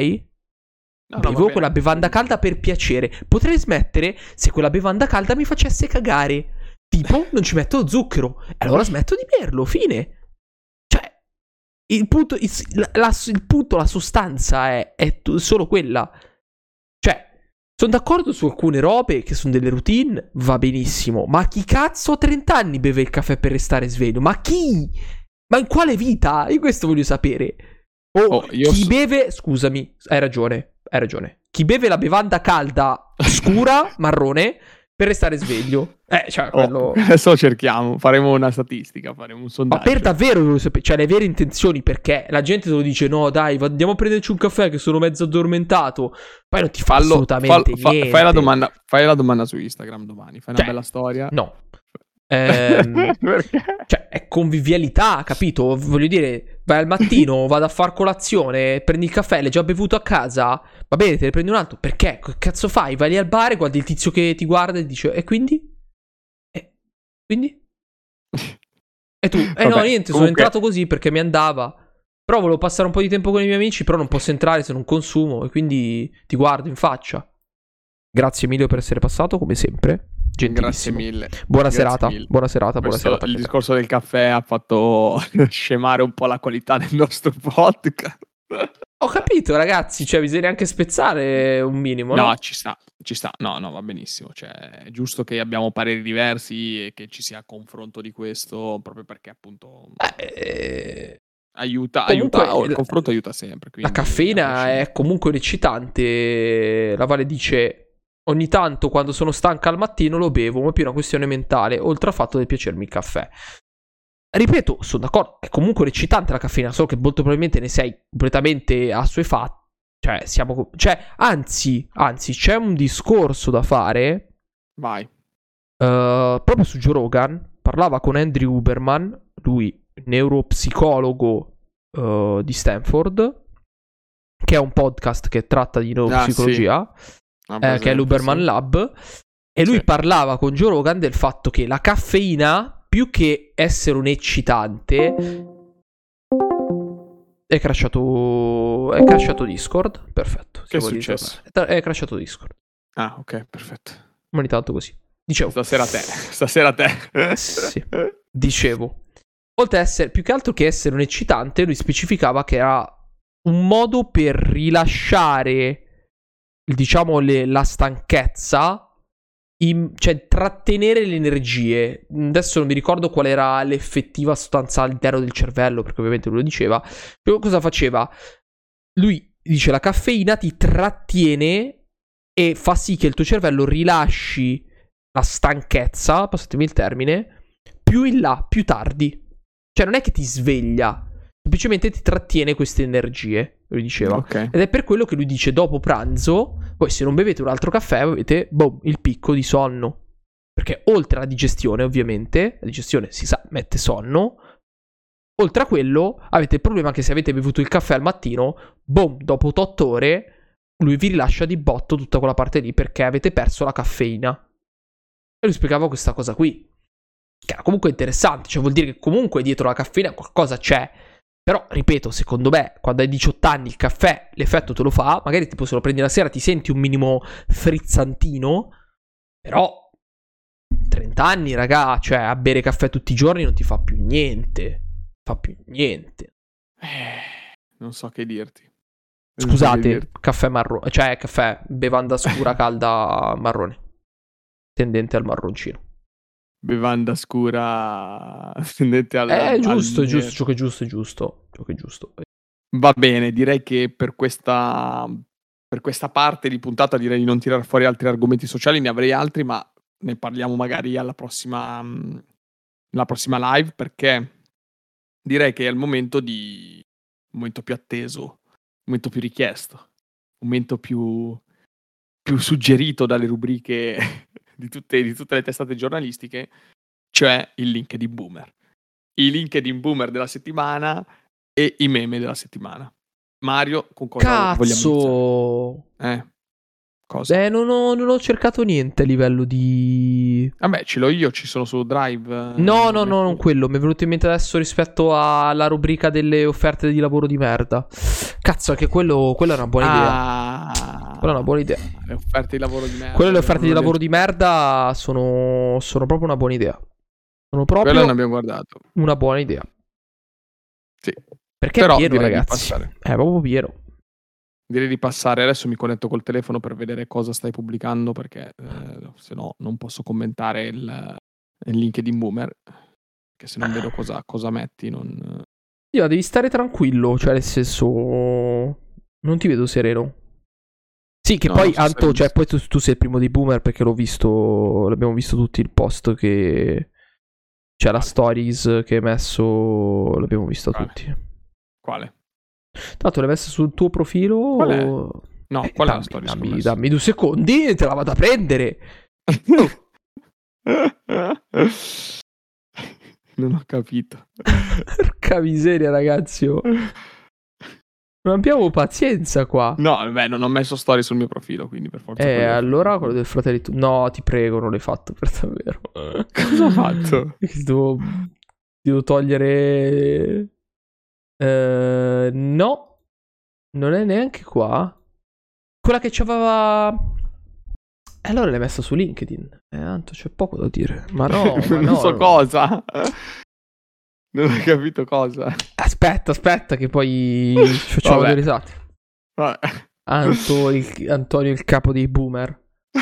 No, bevo quella bevanda calda per piacere. Potrei smettere se quella bevanda calda mi facesse cagare. Tipo, non ci metto zucchero. E allora smetto di berlo, fine. Cioè, il punto, la sostanza è solo quella. Cioè, sono d'accordo su alcune robe che sono delle routine, va benissimo. Ma chi cazzo a 30 anni beve il caffè per restare sveglio? Ma chi? Ma in quale vita? Io questo voglio sapere. Chi beve... Scusami, hai ragione. Chi beve la bevanda calda scura, marrone, per restare sveglio. Cioè, quello... Adesso cerchiamo, faremo una statistica, faremo un sondaggio. Ma per davvero voglio sapere, cioè le vere intenzioni, perché la gente te lo dice, no dai, andiamo a prenderci un caffè che sono mezzo addormentato. Poi non ti fa assolutamente niente. Fai la domanda su Instagram domani, fai una bella storia. No. Perché? Cioè, è convivialità, capito? Voglio dire, vai al mattino, vado a far colazione, prendi il caffè, l'hai già bevuto a casa, va bene, te ne prendi un altro. Perché? Che cazzo fai? Vai lì al bar, guardi il tizio che ti guarda e dice, e quindi? Quindi? E tu? Vabbè, no, niente, sono entrato così perché mi andava. Però volevo passare un po' di tempo con i miei amici, però non posso entrare se non consumo, e quindi ti guardo in faccia. Grazie Emilio per essere passato, come sempre. Grazie mille. Buona serata. Buona serata. Il discorso del caffè ha fatto scemare un po' la qualità del nostro podcast. Ho capito, ragazzi, cioè bisogna anche spezzare un minimo, no? No, ci sta. No, va benissimo. Cioè, è giusto che abbiamo pareri diversi e che ci sia confronto di questo, proprio perché appunto aiuta. Il confronto aiuta sempre. La caffeina è comunque un eccitante. La Vale dice: ogni tanto quando sono stanca al mattino lo bevo, ma è più una questione mentale, oltre al fatto di piacermi il caffè. Ripeto, sono d'accordo, è comunque eccitante la caffeina, solo che molto probabilmente ne sei completamente assuefatto. Anzi, c'è un discorso da fare. Vai. Proprio su Joe Rogan, parlava con Andrew Huberman, lui neuropsicologo di Stanford, che è un podcast che tratta di neuropsicologia, che è l'Huberman Lab, e lui parlava con Joe Rogan del fatto che la caffeina, più che essere un eccitante, è crashato Discord. Perfetto. Che è successo? È crashato Discord. Ah, ok, perfetto. Ma ogni tanto così. Dicevo. Stasera te. Sì. Dicevo. Oltre a essere, più che altro che essere un eccitante, lui specificava che era un modo per rilasciare, diciamo, la stanchezza, cioè trattenere le energie. Adesso non mi ricordo qual era l'effettiva sostanza all'interno del cervello, perché ovviamente lui lo diceva. Però cosa faceva? Lui dice: la caffeina ti trattiene e fa sì che il tuo cervello rilasci la stanchezza, passatemi il termine, più in là, più tardi. Cioè non è che ti sveglia, semplicemente ti trattiene queste energie, lui diceva. Okay. Ed è per quello che lui dice: dopo pranzo, poi se non bevete un altro caffè, avete il picco di sonno. Perché oltre alla digestione, ovviamente, la digestione si sa, mette sonno. Oltre a quello, avete il problema che se avete bevuto il caffè al mattino, dopo 8 ore, lui vi rilascia di botto tutta quella parte lì perché avete perso la caffeina. E lui spiegava questa cosa qui, che era comunque interessante, cioè vuol dire che comunque dietro la caffeina qualcosa c'è. Però, ripeto, secondo me, quando hai 18 anni il caffè l'effetto te lo fa, magari tipo se lo prendi la sera ti senti un minimo frizzantino, però 30 anni, raga, cioè a bere caffè tutti i giorni non ti fa più niente. Non so che dirti. Scusate, caffè marrone, cioè caffè, bevanda scura calda marrone, tendente al marroncino. Bevanda scura tendente al... giusto, ciò che è giusto. Va bene, direi che per questa per questa parte di puntata direi di non tirare fuori altri argomenti sociali, ne avrei altri, ma ne parliamo magari alla prossima live, perché direi che è il momento più atteso, il momento più richiesto, il momento più suggerito dalle rubriche di tutte le testate giornalistiche, cioè il LinkedIn Boomer. I LinkedIn Boomer della settimana e i meme della settimana. Mario, con cosa vogliamo iniziare? Cosa? Non ho cercato niente a livello di... Vabbè, ce l'ho io, ci sono su Drive. No, non quello. Mi è venuto in mente adesso rispetto alla rubrica delle offerte di lavoro di merda. Cazzo, che quella è una buona idea. Quella è una buona idea. Le offerte di lavoro di merda. Quelle le offerte di lavoro di merda sono proprio una buona idea. Sono proprio quello non abbiamo guardato. Una buona idea. Sì. Perché però è pieno, ragazzi. È proprio pieno. Direi di passare. Adesso mi connetto col telefono per vedere cosa stai pubblicando, perché se no non posso commentare il LinkedIn Boomer, che se non vedo cosa metti non... Io devi stare tranquillo, cioè nel senso non ti vedo sereno. Sì, che no, poi Anto, cioè poi tu sei il primo dei boomer, perché l'abbiamo visto tutti il post che c'è la stories che hai messo, l'abbiamo visto tutti. Quale? Tanto l'hai messa sul tuo profilo? Qual è? No, qual è la storia? Dammi 2 secondi e te la vado a prendere. Non ho capito. Porca miseria, ragazzi. Non abbiamo pazienza qua. No, vabbè, non ho messo storie sul mio profilo, quindi per forza. Allora quello del fratello tu. No, ti prego, non l'hai fatto per davvero. Cosa ho fatto? Devo togliere... no, non è neanche qua. Quella che c'aveva. Allora l'hai messa su LinkedIn. Tanto c'è poco da dire. Ma no, non so cosa. Non ho capito cosa. Aspetta, che poi facciamo delle risate. Antonio, il capo dei boomer.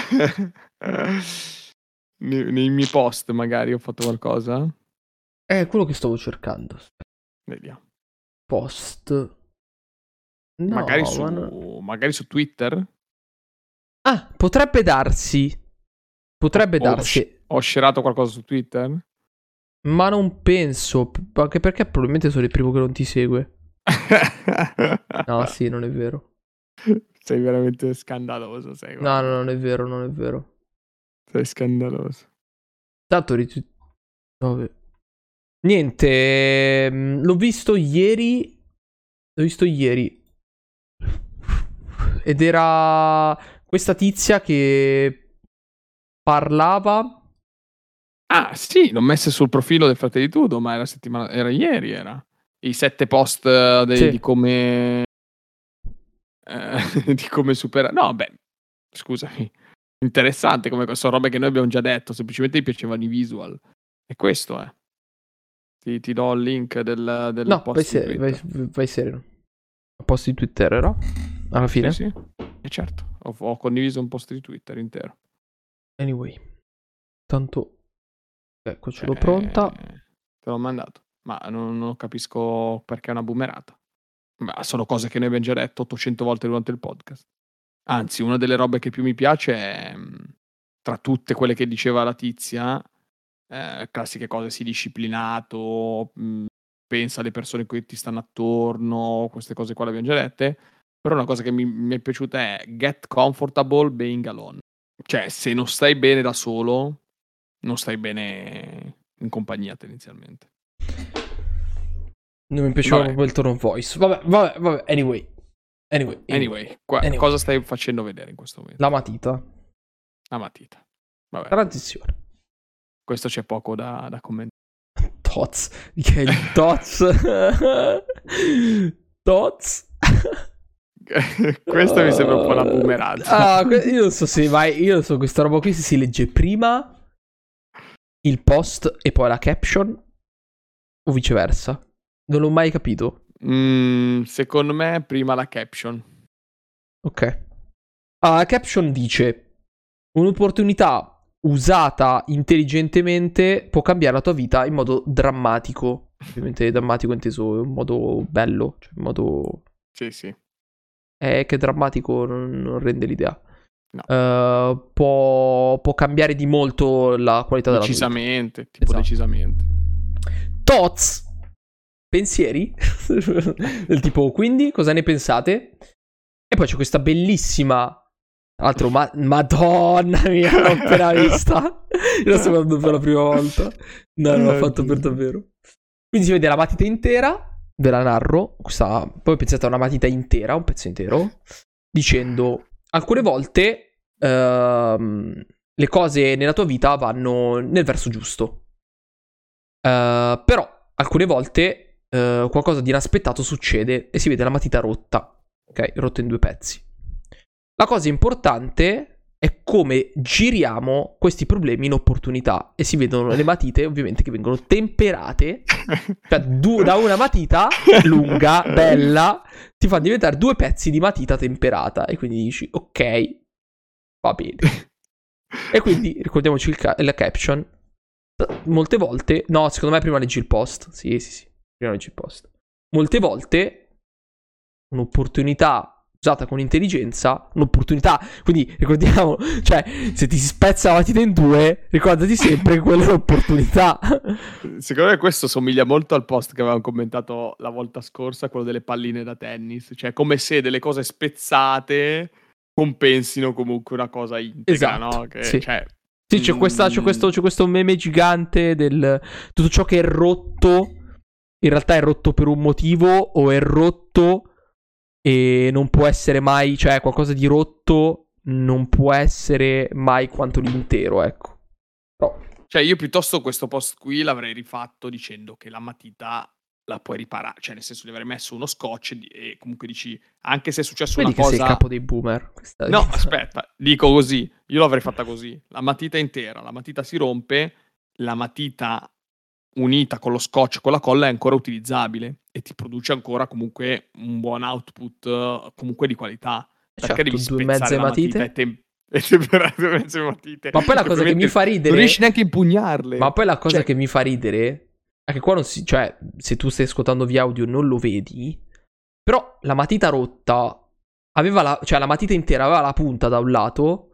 Nei miei post, magari ho fatto qualcosa. È quello che stavo cercando. Vediamo. Post. No, magari su Twitter. Ah, potrebbe darsi. Ho shareato qualcosa su Twitter? Ma non penso. Anche perché probabilmente sono il primo che non ti segue. No, sì, non è vero. Sei veramente scandaloso. No, non è vero. Sei scandaloso. Tanto niente, l'ho visto ieri. Ed era questa tizia che parlava. Ah, sì, l'ho messa sul profilo del Fratelli Tudo, ma era ieri, i 7 post di come di come superare. No, beh, scusami. Interessante, come sono robe che noi abbiamo già detto, semplicemente mi piacevano i visual. E questo è. Ti do il link del post di Twitter. Vai sereno. Il post di Twitter era? Alla fine? Sì. E certo, ho condiviso un post di Twitter intero. Anyway. Tanto... Ecco, ce l'ho pronta. Te l'ho mandato. Ma non capisco perché è una boomerata. Ma sono cose che noi abbiamo già detto 800 volte durante il podcast. Anzi, una delle robe che più mi piace è, tra tutte quelle che diceva la tizia, classiche cose, sì, disciplinato, pensa alle persone che ti stanno attorno, queste cose qua le abbiamo già dette, però una cosa che mi è piaciuta è get comfortable being alone. Cioè, se non stai bene da solo, non stai bene in compagnia tendenzialmente. Non mi piaceva proprio il tone of voice. Vabbè, anyway. Cosa stai facendo vedere in questo momento? La matita. Vabbè. Transizione. Questo c'è poco da commentare. Tots. Che è il Tots? Tots? Questo mi sembra un po' una boomerata. Io non so se questa roba qui si legge prima il post e poi la caption o viceversa. Non l'ho mai capito. Secondo me prima la caption. Ok. La caption dice: un'opportunità usata intelligentemente può cambiare la tua vita in modo drammatico. Ovviamente drammatico inteso in modo bello, cioè in modo... Sì. Che è drammatico, non rende l'idea. No. Può cambiare di molto la qualità della vita. Decisamente, tipo Esatto. decisamente. Thoughts? Pensieri? Del tipo, quindi, cosa ne pensate? E poi c'è questa bellissima... Altro, madonna mia, l'ho appena vista. Io la sto guardando per la prima volta. No, non l'ho fatto per davvero. Quindi si vede la matita intera, ve la narro. Poi pensate a una matita intera, un pezzo intero, dicendo, alcune volte le cose nella tua vita vanno nel verso giusto. Però, alcune volte qualcosa di inaspettato succede e si vede la matita rotta. Ok, rotta in 2 pezzi. La cosa importante è come giriamo questi problemi in opportunità. E si vedono le matite, ovviamente, che vengono temperate. Cioè, da una matita lunga, bella, ti fa diventare 2 pezzi di matita temperata. E quindi dici, ok, va bene. E quindi, ricordiamoci la caption. Molte volte... No, secondo me prima leggi il post. Sì. Prima leggi il post. Molte volte un'opportunità usata con intelligenza, un'opportunità, quindi ricordiamo, cioè, se ti si spezza la matita in 2, ricordati sempre che quella è un'opportunità. Secondo me questo somiglia molto al post che avevamo commentato la volta scorsa, quello delle palline da tennis, cioè come se delle cose spezzate compensino comunque una cosa integra, Esatto, no? Che, sì. cioè, Sì, c'è questo meme gigante del tutto ciò che è rotto, in realtà è rotto per un motivo o è rotto e non può essere mai, cioè qualcosa di rotto non può essere mai quanto l'intero, ecco. Però, cioè io piuttosto questo post qui l'avrei rifatto dicendo che la matita la puoi riparare, cioè nel senso di aver messo uno scotch e comunque dici, anche se è successo vedi una che cosa... sei il capo dei boomer. No, aspetta, dico così, io l'avrei fatta così, la matita intera, la matita si rompe, la matita unita con lo scotch, con la colla è ancora utilizzabile e ti produce ancora comunque un buon output comunque di qualità. Perché Certo, devi 2 spezzare mezze la matita matite. e temperare 2 mezze matite? Ma poi la cosa che mi fa ridere... Non riesci neanche a impugnarle. Ma poi la cosa Cioè, che mi fa ridere è che qua non si... Cioè, se tu stai ascoltando via audio non lo vedi, però la matita rotta aveva cioè la matita intera aveva la punta da un lato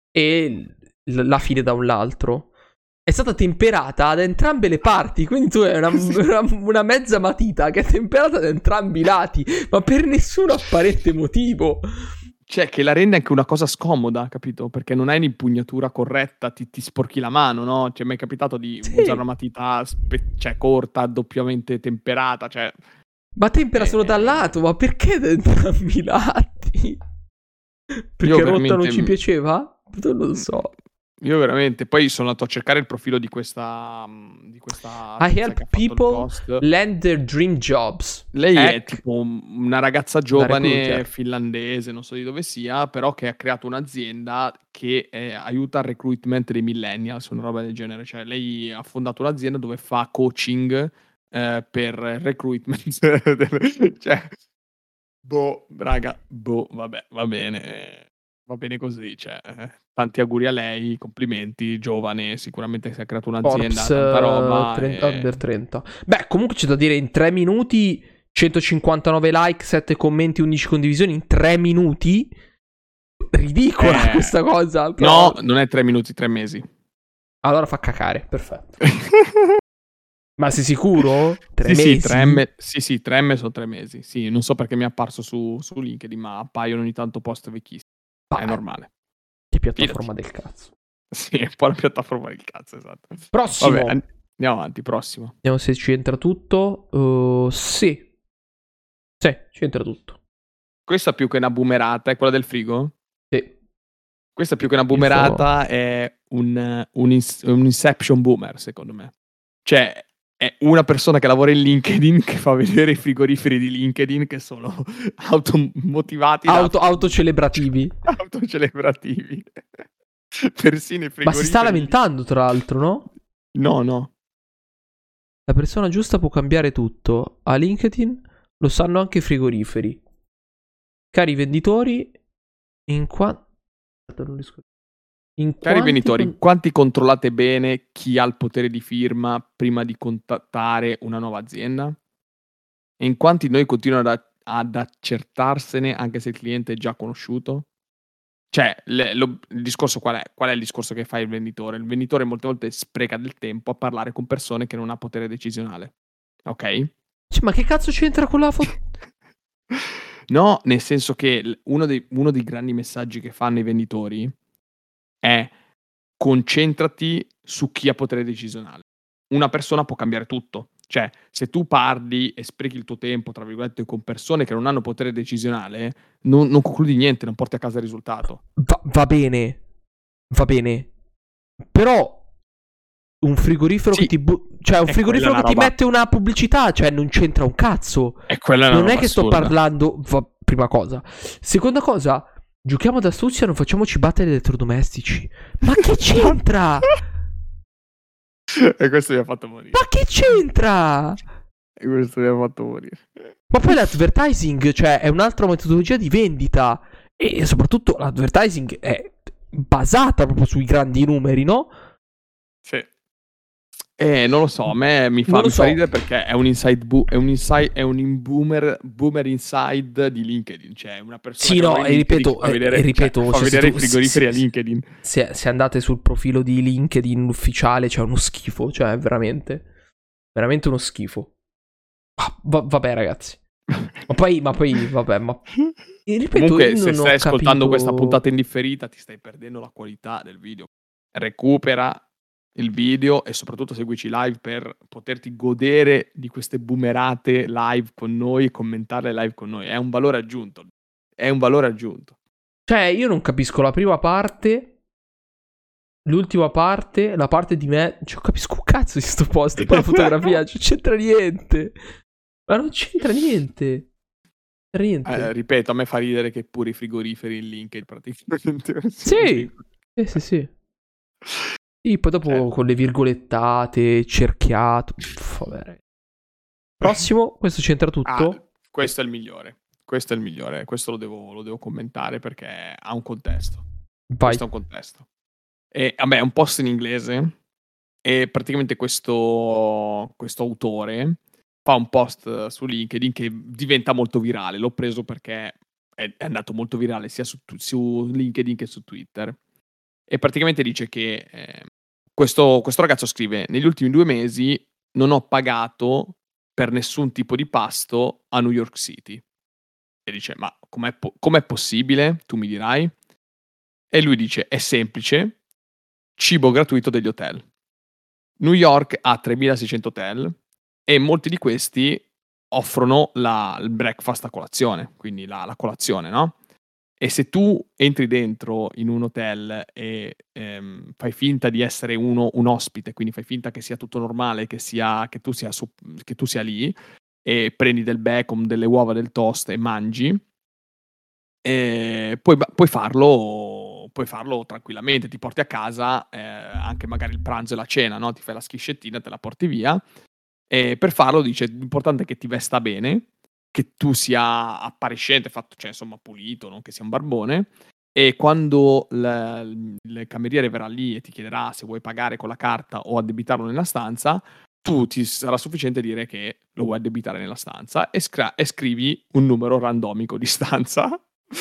e la fine da un l'altro. È stata temperata da entrambe le parti, quindi tu hai una mezza matita che è temperata da entrambi i lati, ma per nessun apparente motivo. Cioè, che la rende anche una cosa scomoda, capito? Perché non hai l'impugnatura corretta, ti sporchi la mano, no? Cioè, mi è capitato di usare una matita cioè, corta, doppiamente temperata, cioè... Ma tempera solo dal lato, ma perché da entrambi i lati? Perché rotta non ci piaceva? Non lo so. Io veramente, poi sono andato a cercare il profilo di questa I help people land their dream jobs. Lei è tipo una ragazza giovane finlandese, non so di dove sia, però che ha creato un'azienda che aiuta il recruitment dei millennials, una roba del genere. Cioè lei ha fondato un'azienda dove fa coaching per recruitment. Cioè, raga, vabbè, va bene così, cioè, tanti auguri a lei, complimenti, giovane, sicuramente si è creato un'azienda, tanta roba. Under 30. Beh, comunque c'è da dire, in 3 minuti, 159 like, 7 commenti, 11 condivisioni, in 3 minuti? Ridicola questa cosa. Però... No, non è 3 minuti, 3 mesi. Allora fa cacare, perfetto. Ma sei sicuro? 3 sì, mesi? Sì, 3 mesi sono 3 mesi. Sì, non so perché mi è apparso su LinkedIn, ma appaiono ogni tanto post vecchissimi. È normale. Che piattaforma del cazzo. Sì, è un po' la piattaforma del cazzo, esatto. Prossimo. Vabbè, andiamo avanti, prossimo. Vediamo se ci entra tutto. Sì. Sì, ci entra tutto. Questa più che una boomerata è quella del frigo? Sì. Questa più che una boomerata è un Inception boomer, secondo me. Cioè, è una persona che lavora in LinkedIn che fa vedere i frigoriferi di LinkedIn che sono automotivati autocelebrativi. Autocelebrativi. Persino i frigoriferi. Ma si sta lamentando, tra l'altro, no? No. La persona giusta può cambiare tutto. A LinkedIn lo sanno anche i frigoriferi. Cari venditori, Cari venditori, quanti controllate bene chi ha il potere di firma prima di contattare una nuova azienda? E in quanti noi continuano ad accertarsene anche se il cliente è già conosciuto? Cioè, il discorso qual è? Qual è il discorso che fa il venditore? Il venditore molte volte spreca del tempo a parlare con persone che non ha potere decisionale. Ok? Cioè, ma che cazzo c'entra con la foto? No, nel senso che uno dei grandi messaggi che fanno i venditori è: concentrati su chi ha potere decisionale. Una persona può cambiare tutto. Cioè, se tu parli e sprechi il tuo tempo, tra virgolette, con persone che non hanno potere decisionale, non concludi niente, non porti a casa il risultato. Va bene. Va bene. Però un frigorifero Sì, che ti cioè un è frigorifero quella che una ti roba. mette una pubblicità, cioè non c'entra un cazzo. E quella è una Non è roba che sto assurda. parlando, prima cosa. Seconda cosa, giochiamo d'astuzia, non facciamoci battere elettrodomestici. Ma che c'entra? E questo mi ha fatto morire. Ma che c'entra? E questo mi ha fatto morire. Ma poi l'advertising, cioè, è un'altra metodologia di vendita. E soprattutto l'advertising è basata proprio sui grandi numeri, no? Sì. Non lo so, a me mi fa ridere perché è un inside boomer inside di LinkedIn, cioè una persona Sì, che no, lavora e in LinkedIn ripeto, che fa vedere i frigoriferi a LinkedIn. Se andate sul profilo di LinkedIn ufficiale, c'è uno schifo, cioè veramente uno schifo. Vabbè, ragazzi. Ma poi, vabbè, ma ripeto, Comunque, io se non ho stai ascoltando capito... questa puntata in differita, ti stai perdendo la qualità del video. Recupera il video e soprattutto seguici live per poterti godere di queste boomerate live con noi e commentarle live con noi. È un valore aggiunto. È un valore aggiunto. Cioè, io non capisco la prima parte, l'ultima parte, la parte di me... Cioè, capisco un cazzo di sto post, poi la fotografia, non c'entra niente. Ma non c'entra niente. Ripeto, a me fa ridere che pure i frigoriferi in LinkedIn praticamente... Sì. Sì. Sì, poi dopo con le virgolettate, cerchiato. Vabbè. Prossimo, questo c'entra tutto. Questo è il migliore. Questo lo devo commentare perché ha un contesto. Vai. Questo è un contesto. E vabbè, è un post in inglese e praticamente questo autore fa un post su LinkedIn che diventa molto virale. L'ho preso perché è andato molto virale sia su LinkedIn che su Twitter. E praticamente dice che questo ragazzo scrive: negli ultimi 2 mesi non ho pagato per nessun tipo di pasto a New York City. E dice: ma com'è possibile? Tu mi dirai. E lui dice: è semplice, cibo gratuito degli hotel. New York ha 3600 hotel e molti di questi offrono il breakfast a colazione, quindi la colazione, no? E se tu entri dentro in un hotel e fai finta di essere un ospite, quindi fai finta che sia tutto normale, che tu sia lì, e prendi del bacon, delle uova, del toast e mangi, puoi farlo tranquillamente, ti porti a casa anche magari il pranzo e la cena, no? Ti fai la schiscettina, te la porti via. E per farlo dice: l'importante è che ti vesta bene, che tu sia appariscente, fatto, cioè insomma pulito, non che sia un barbone. E quando il cameriere verrà lì e ti chiederà se vuoi pagare con la carta o addebitarlo nella stanza, tu ti sarà sufficiente dire che lo vuoi addebitare nella stanza e scrivi un numero randomico di stanza.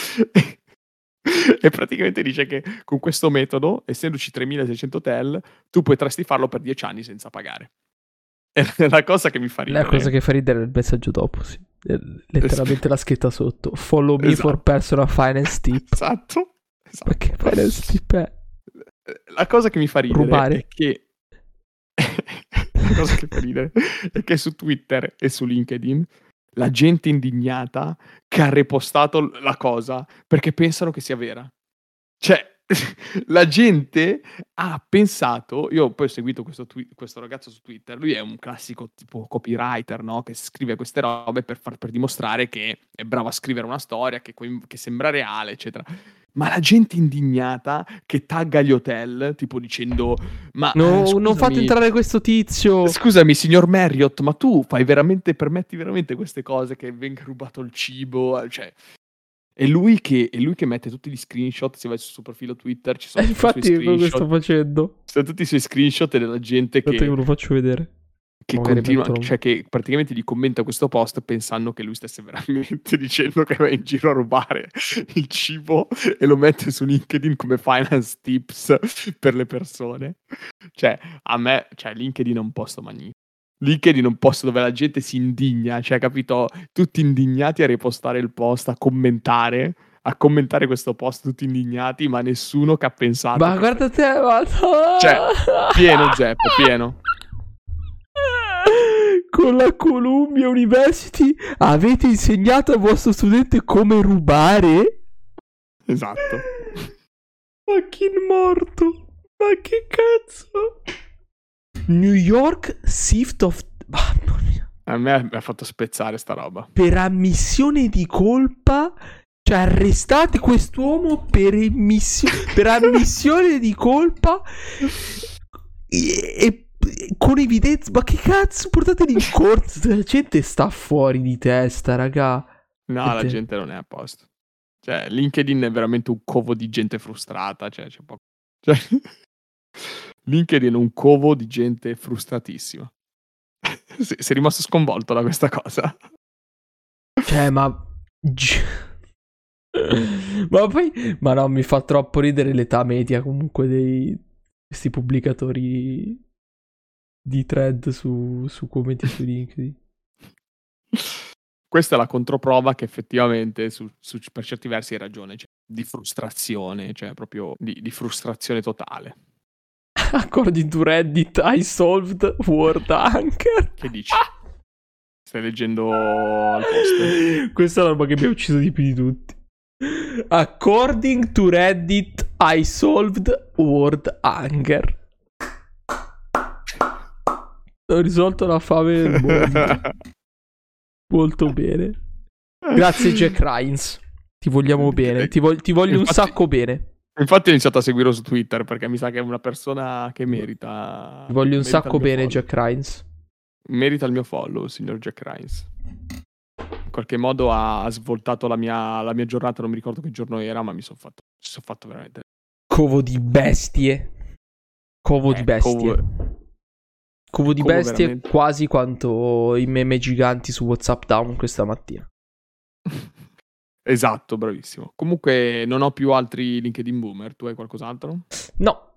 E praticamente dice che con questo metodo, essendoci 3600 hotel, tu potresti farlo per 10 anni senza pagare. È la cosa che mi fa ridere. La cosa che fa ridere è il messaggio dopo, sì. Letteralmente la scritta sotto. Follow me for personal finance tip. Esatto. Perché finance tip è? La cosa che mi fa ridere Rubare. è che la cosa che fa ridere è che su Twitter e su LinkedIn la gente indignata che ha repostato la cosa perché pensano che sia vera. Cioè, la gente ha pensato, io poi ho seguito questo ragazzo su Twitter, lui è un classico tipo copywriter, no? Che scrive queste robe per dimostrare che è bravo a scrivere una storia, che sembra reale, eccetera. Ma la gente indignata che tagga gli hotel, tipo dicendo: ma No, non fate entrare questo tizio. Scusami, signor Marriott, ma tu permetti veramente queste cose, che venga rubato il cibo? Cioè, è lui che mette tutti gli screenshot. Se vai sul suo profilo Twitter ci sono infatti quello che sto facendo. ci sono tutti i suoi screenshot della gente Aspetta che ve lo faccio vedere. che Magari continua, mettono- cioè che praticamente gli commenta questo post pensando che lui stesse veramente dicendo che va in giro a rubare il cibo e lo mette su LinkedIn come finance tips per le persone. Cioè, a me, cioè, LinkedIn è un posto magnifico. LinkedIn è un posto dove la gente si indigna, cioè, capito? Tutti indignati a ripostare il post, a commentare questo post, tutti indignati, ma nessuno che ha pensato Ma che guarda te, ma cioè, pieno zeppo, pieno. Con la Columbia University avete insegnato al vostro studente come rubare? Esatto. Fucking morto. Ma che cazzo? New York Sift of... Mamma mia. A me mi ha fatto spezzare sta roba. Per ammissione di colpa... Cioè, arrestate quest'uomo per ammissione di colpa e con evidenza. Ma che cazzo, portateli in corte. La gente sta fuori di testa, raga. No, la gente non è a posto. Cioè, LinkedIn è veramente un covo di gente frustrata. Cioè, c'è poco. Cioè, LinkedIn è un covo di gente frustratissima. Sei rimasto sconvolto da questa cosa. Cioè, ma poi, ma no, mi fa troppo ridere l'età media comunque di questi pubblicatori di thread su commenti su LinkedIn. Questa è la controprova che effettivamente per certi versi hai ragione, cioè, di frustrazione, cioè proprio di frustrazione totale. According to Reddit, I solved Word Anchor. Che dici? Stai leggendo al posto? Questa è la roba che mi ha ucciso di più di tutti. According to Reddit, I solved Word Hunger. Ho risolto la fame del mondo. Molto bene. Grazie Jack Rines. Ti vogliamo bene. Ti voglio un sacco bene. Infatti ho iniziato a seguirlo su Twitter perché mi sa che è una persona che merita. Ti voglio un sacco bene, follow. Jack Rines. Merita il mio follow, signor Jack Rines. In qualche modo ha svoltato la mia giornata, non mi ricordo che giorno era, ma mi sono fatto veramente. Covo di bestie. Covo di bestie. Covo di bestie veramente. Quasi quanto i meme giganti su WhatsApp Down questa mattina. Esatto, bravissimo. Comunque non ho più altri LinkedIn boomer. Tu hai qualcos'altro? No.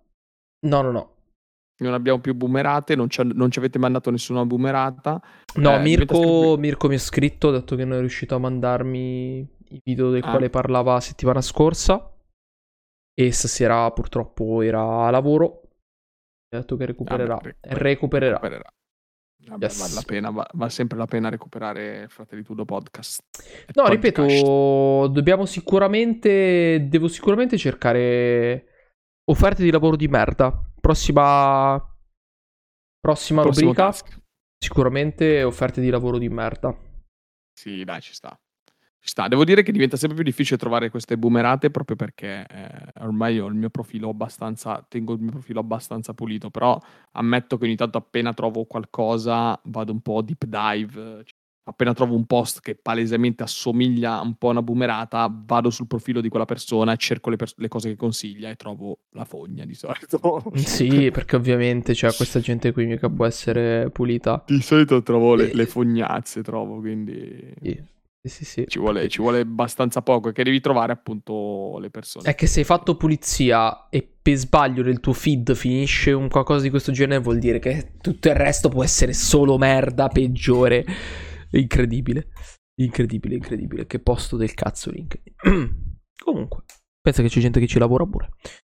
Non abbiamo più boomerate, non ci avete mandato nessuna boomerata. No, Mirko mi ha scritto, ha detto che non è riuscito a mandarmi i video del quale parlava la settimana scorsa. E stasera purtroppo era a lavoro. Ha detto che recupererà. Recupererà. Vabbè, yes. Vale la pena, va sempre la pena recuperare Fratelli Tudo Podcast. No, ripeto, devo sicuramente cercare offerte di lavoro di merda. Prossima rubrica. Task. Sicuramente offerte di lavoro di merda. Sì, dai, ci sta. Devo dire che diventa sempre più difficile trovare queste boomerate proprio perché ormai ho il mio profilo tengo il mio profilo abbastanza pulito, però ammetto che ogni tanto appena trovo qualcosa vado un po' deep dive, appena trovo un post che palesemente assomiglia un po' a una boomerata vado sul profilo di quella persona e cerco le cose che consiglia e trovo la fogna di solito. Sì, perché ovviamente c'è questa gente qui mica può essere pulita. Di solito trovo le fognazze, quindi... Sì. Ci vuole abbastanza poco, che devi trovare appunto le persone. È che se hai fatto pulizia e per sbaglio nel tuo feed finisce un qualcosa di questo genere, vuol dire che tutto il resto può essere solo merda, peggiore. Incredibile. Che posto del cazzo LinkedIn. Comunque, pensa che c'è gente che ci lavora pure.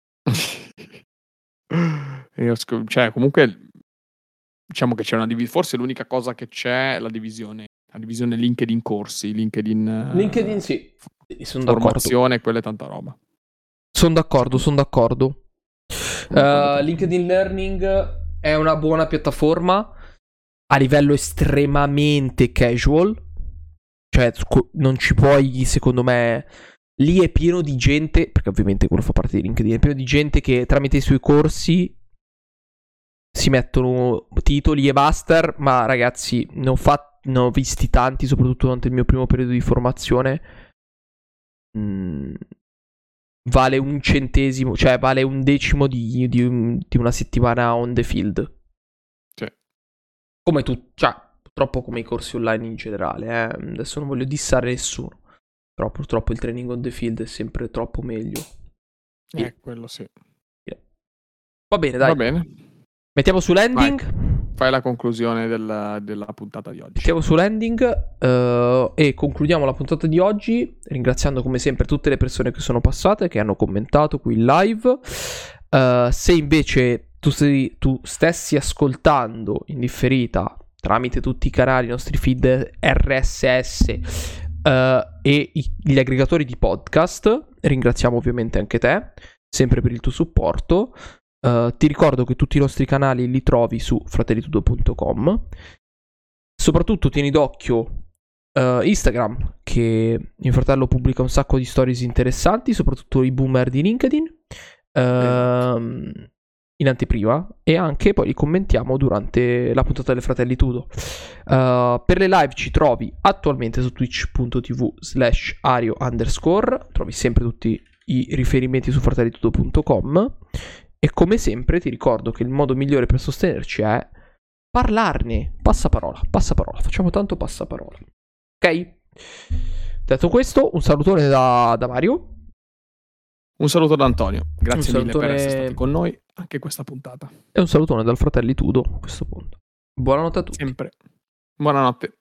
Cioè, comunque diciamo che c'è una divisione. Forse l'unica cosa che c'è è la divisione LinkedIn corsi, LinkedIn sì, sono formazione, quella è tanta roba. Sono d'accordo. LinkedIn Learning è una buona piattaforma a livello estremamente casual, cioè non ci puoi, secondo me, lì è pieno di gente, perché ovviamente quello fa parte di LinkedIn, è pieno di gente che tramite i suoi corsi si mettono titoli e basta, ma ragazzi, ne ho visti tanti, soprattutto durante il mio primo periodo di formazione. Vale un centesimo, cioè vale un decimo di una settimana on the field. Sì. Come tu, cioè, purtroppo come i corsi online in generale, adesso non voglio dissare nessuno, però purtroppo il training on the field è sempre troppo meglio. Quello sì. Va bene, dai. Va bene. Mettiamo su landing. Fai la conclusione della puntata di oggi. Mettiamo su landing e concludiamo la puntata di oggi ringraziando come sempre tutte le persone che sono passate, che hanno commentato qui in live. Se invece tu stessi ascoltando in differita tramite tutti i canali, i nostri feed RSS e gli aggregatori di podcast, ringraziamo ovviamente anche te, sempre per il tuo supporto. Ti ricordo che tutti i nostri canali li trovi su fratellitudo.com. Soprattutto tieni d'occhio Instagram, che mio fratello pubblica un sacco di stories interessanti, soprattutto i boomer di LinkedIn, in anteprima, e anche poi li commentiamo durante la puntata del Fratellitudo. Per le live ci trovi attualmente su twitch.tv/ario_, trovi sempre tutti i riferimenti su fratellitudo.com. E come sempre ti ricordo che il modo migliore per sostenerci è parlarne, passaparola, facciamo tanto passaparola. Ok? Detto questo, un salutone da Mario. Un saluto da Antonio, grazie mille per essere stati con noi anche questa puntata. E un salutone dal Fratellitudo a questo punto. Buonanotte a tutti. Sempre. Buonanotte.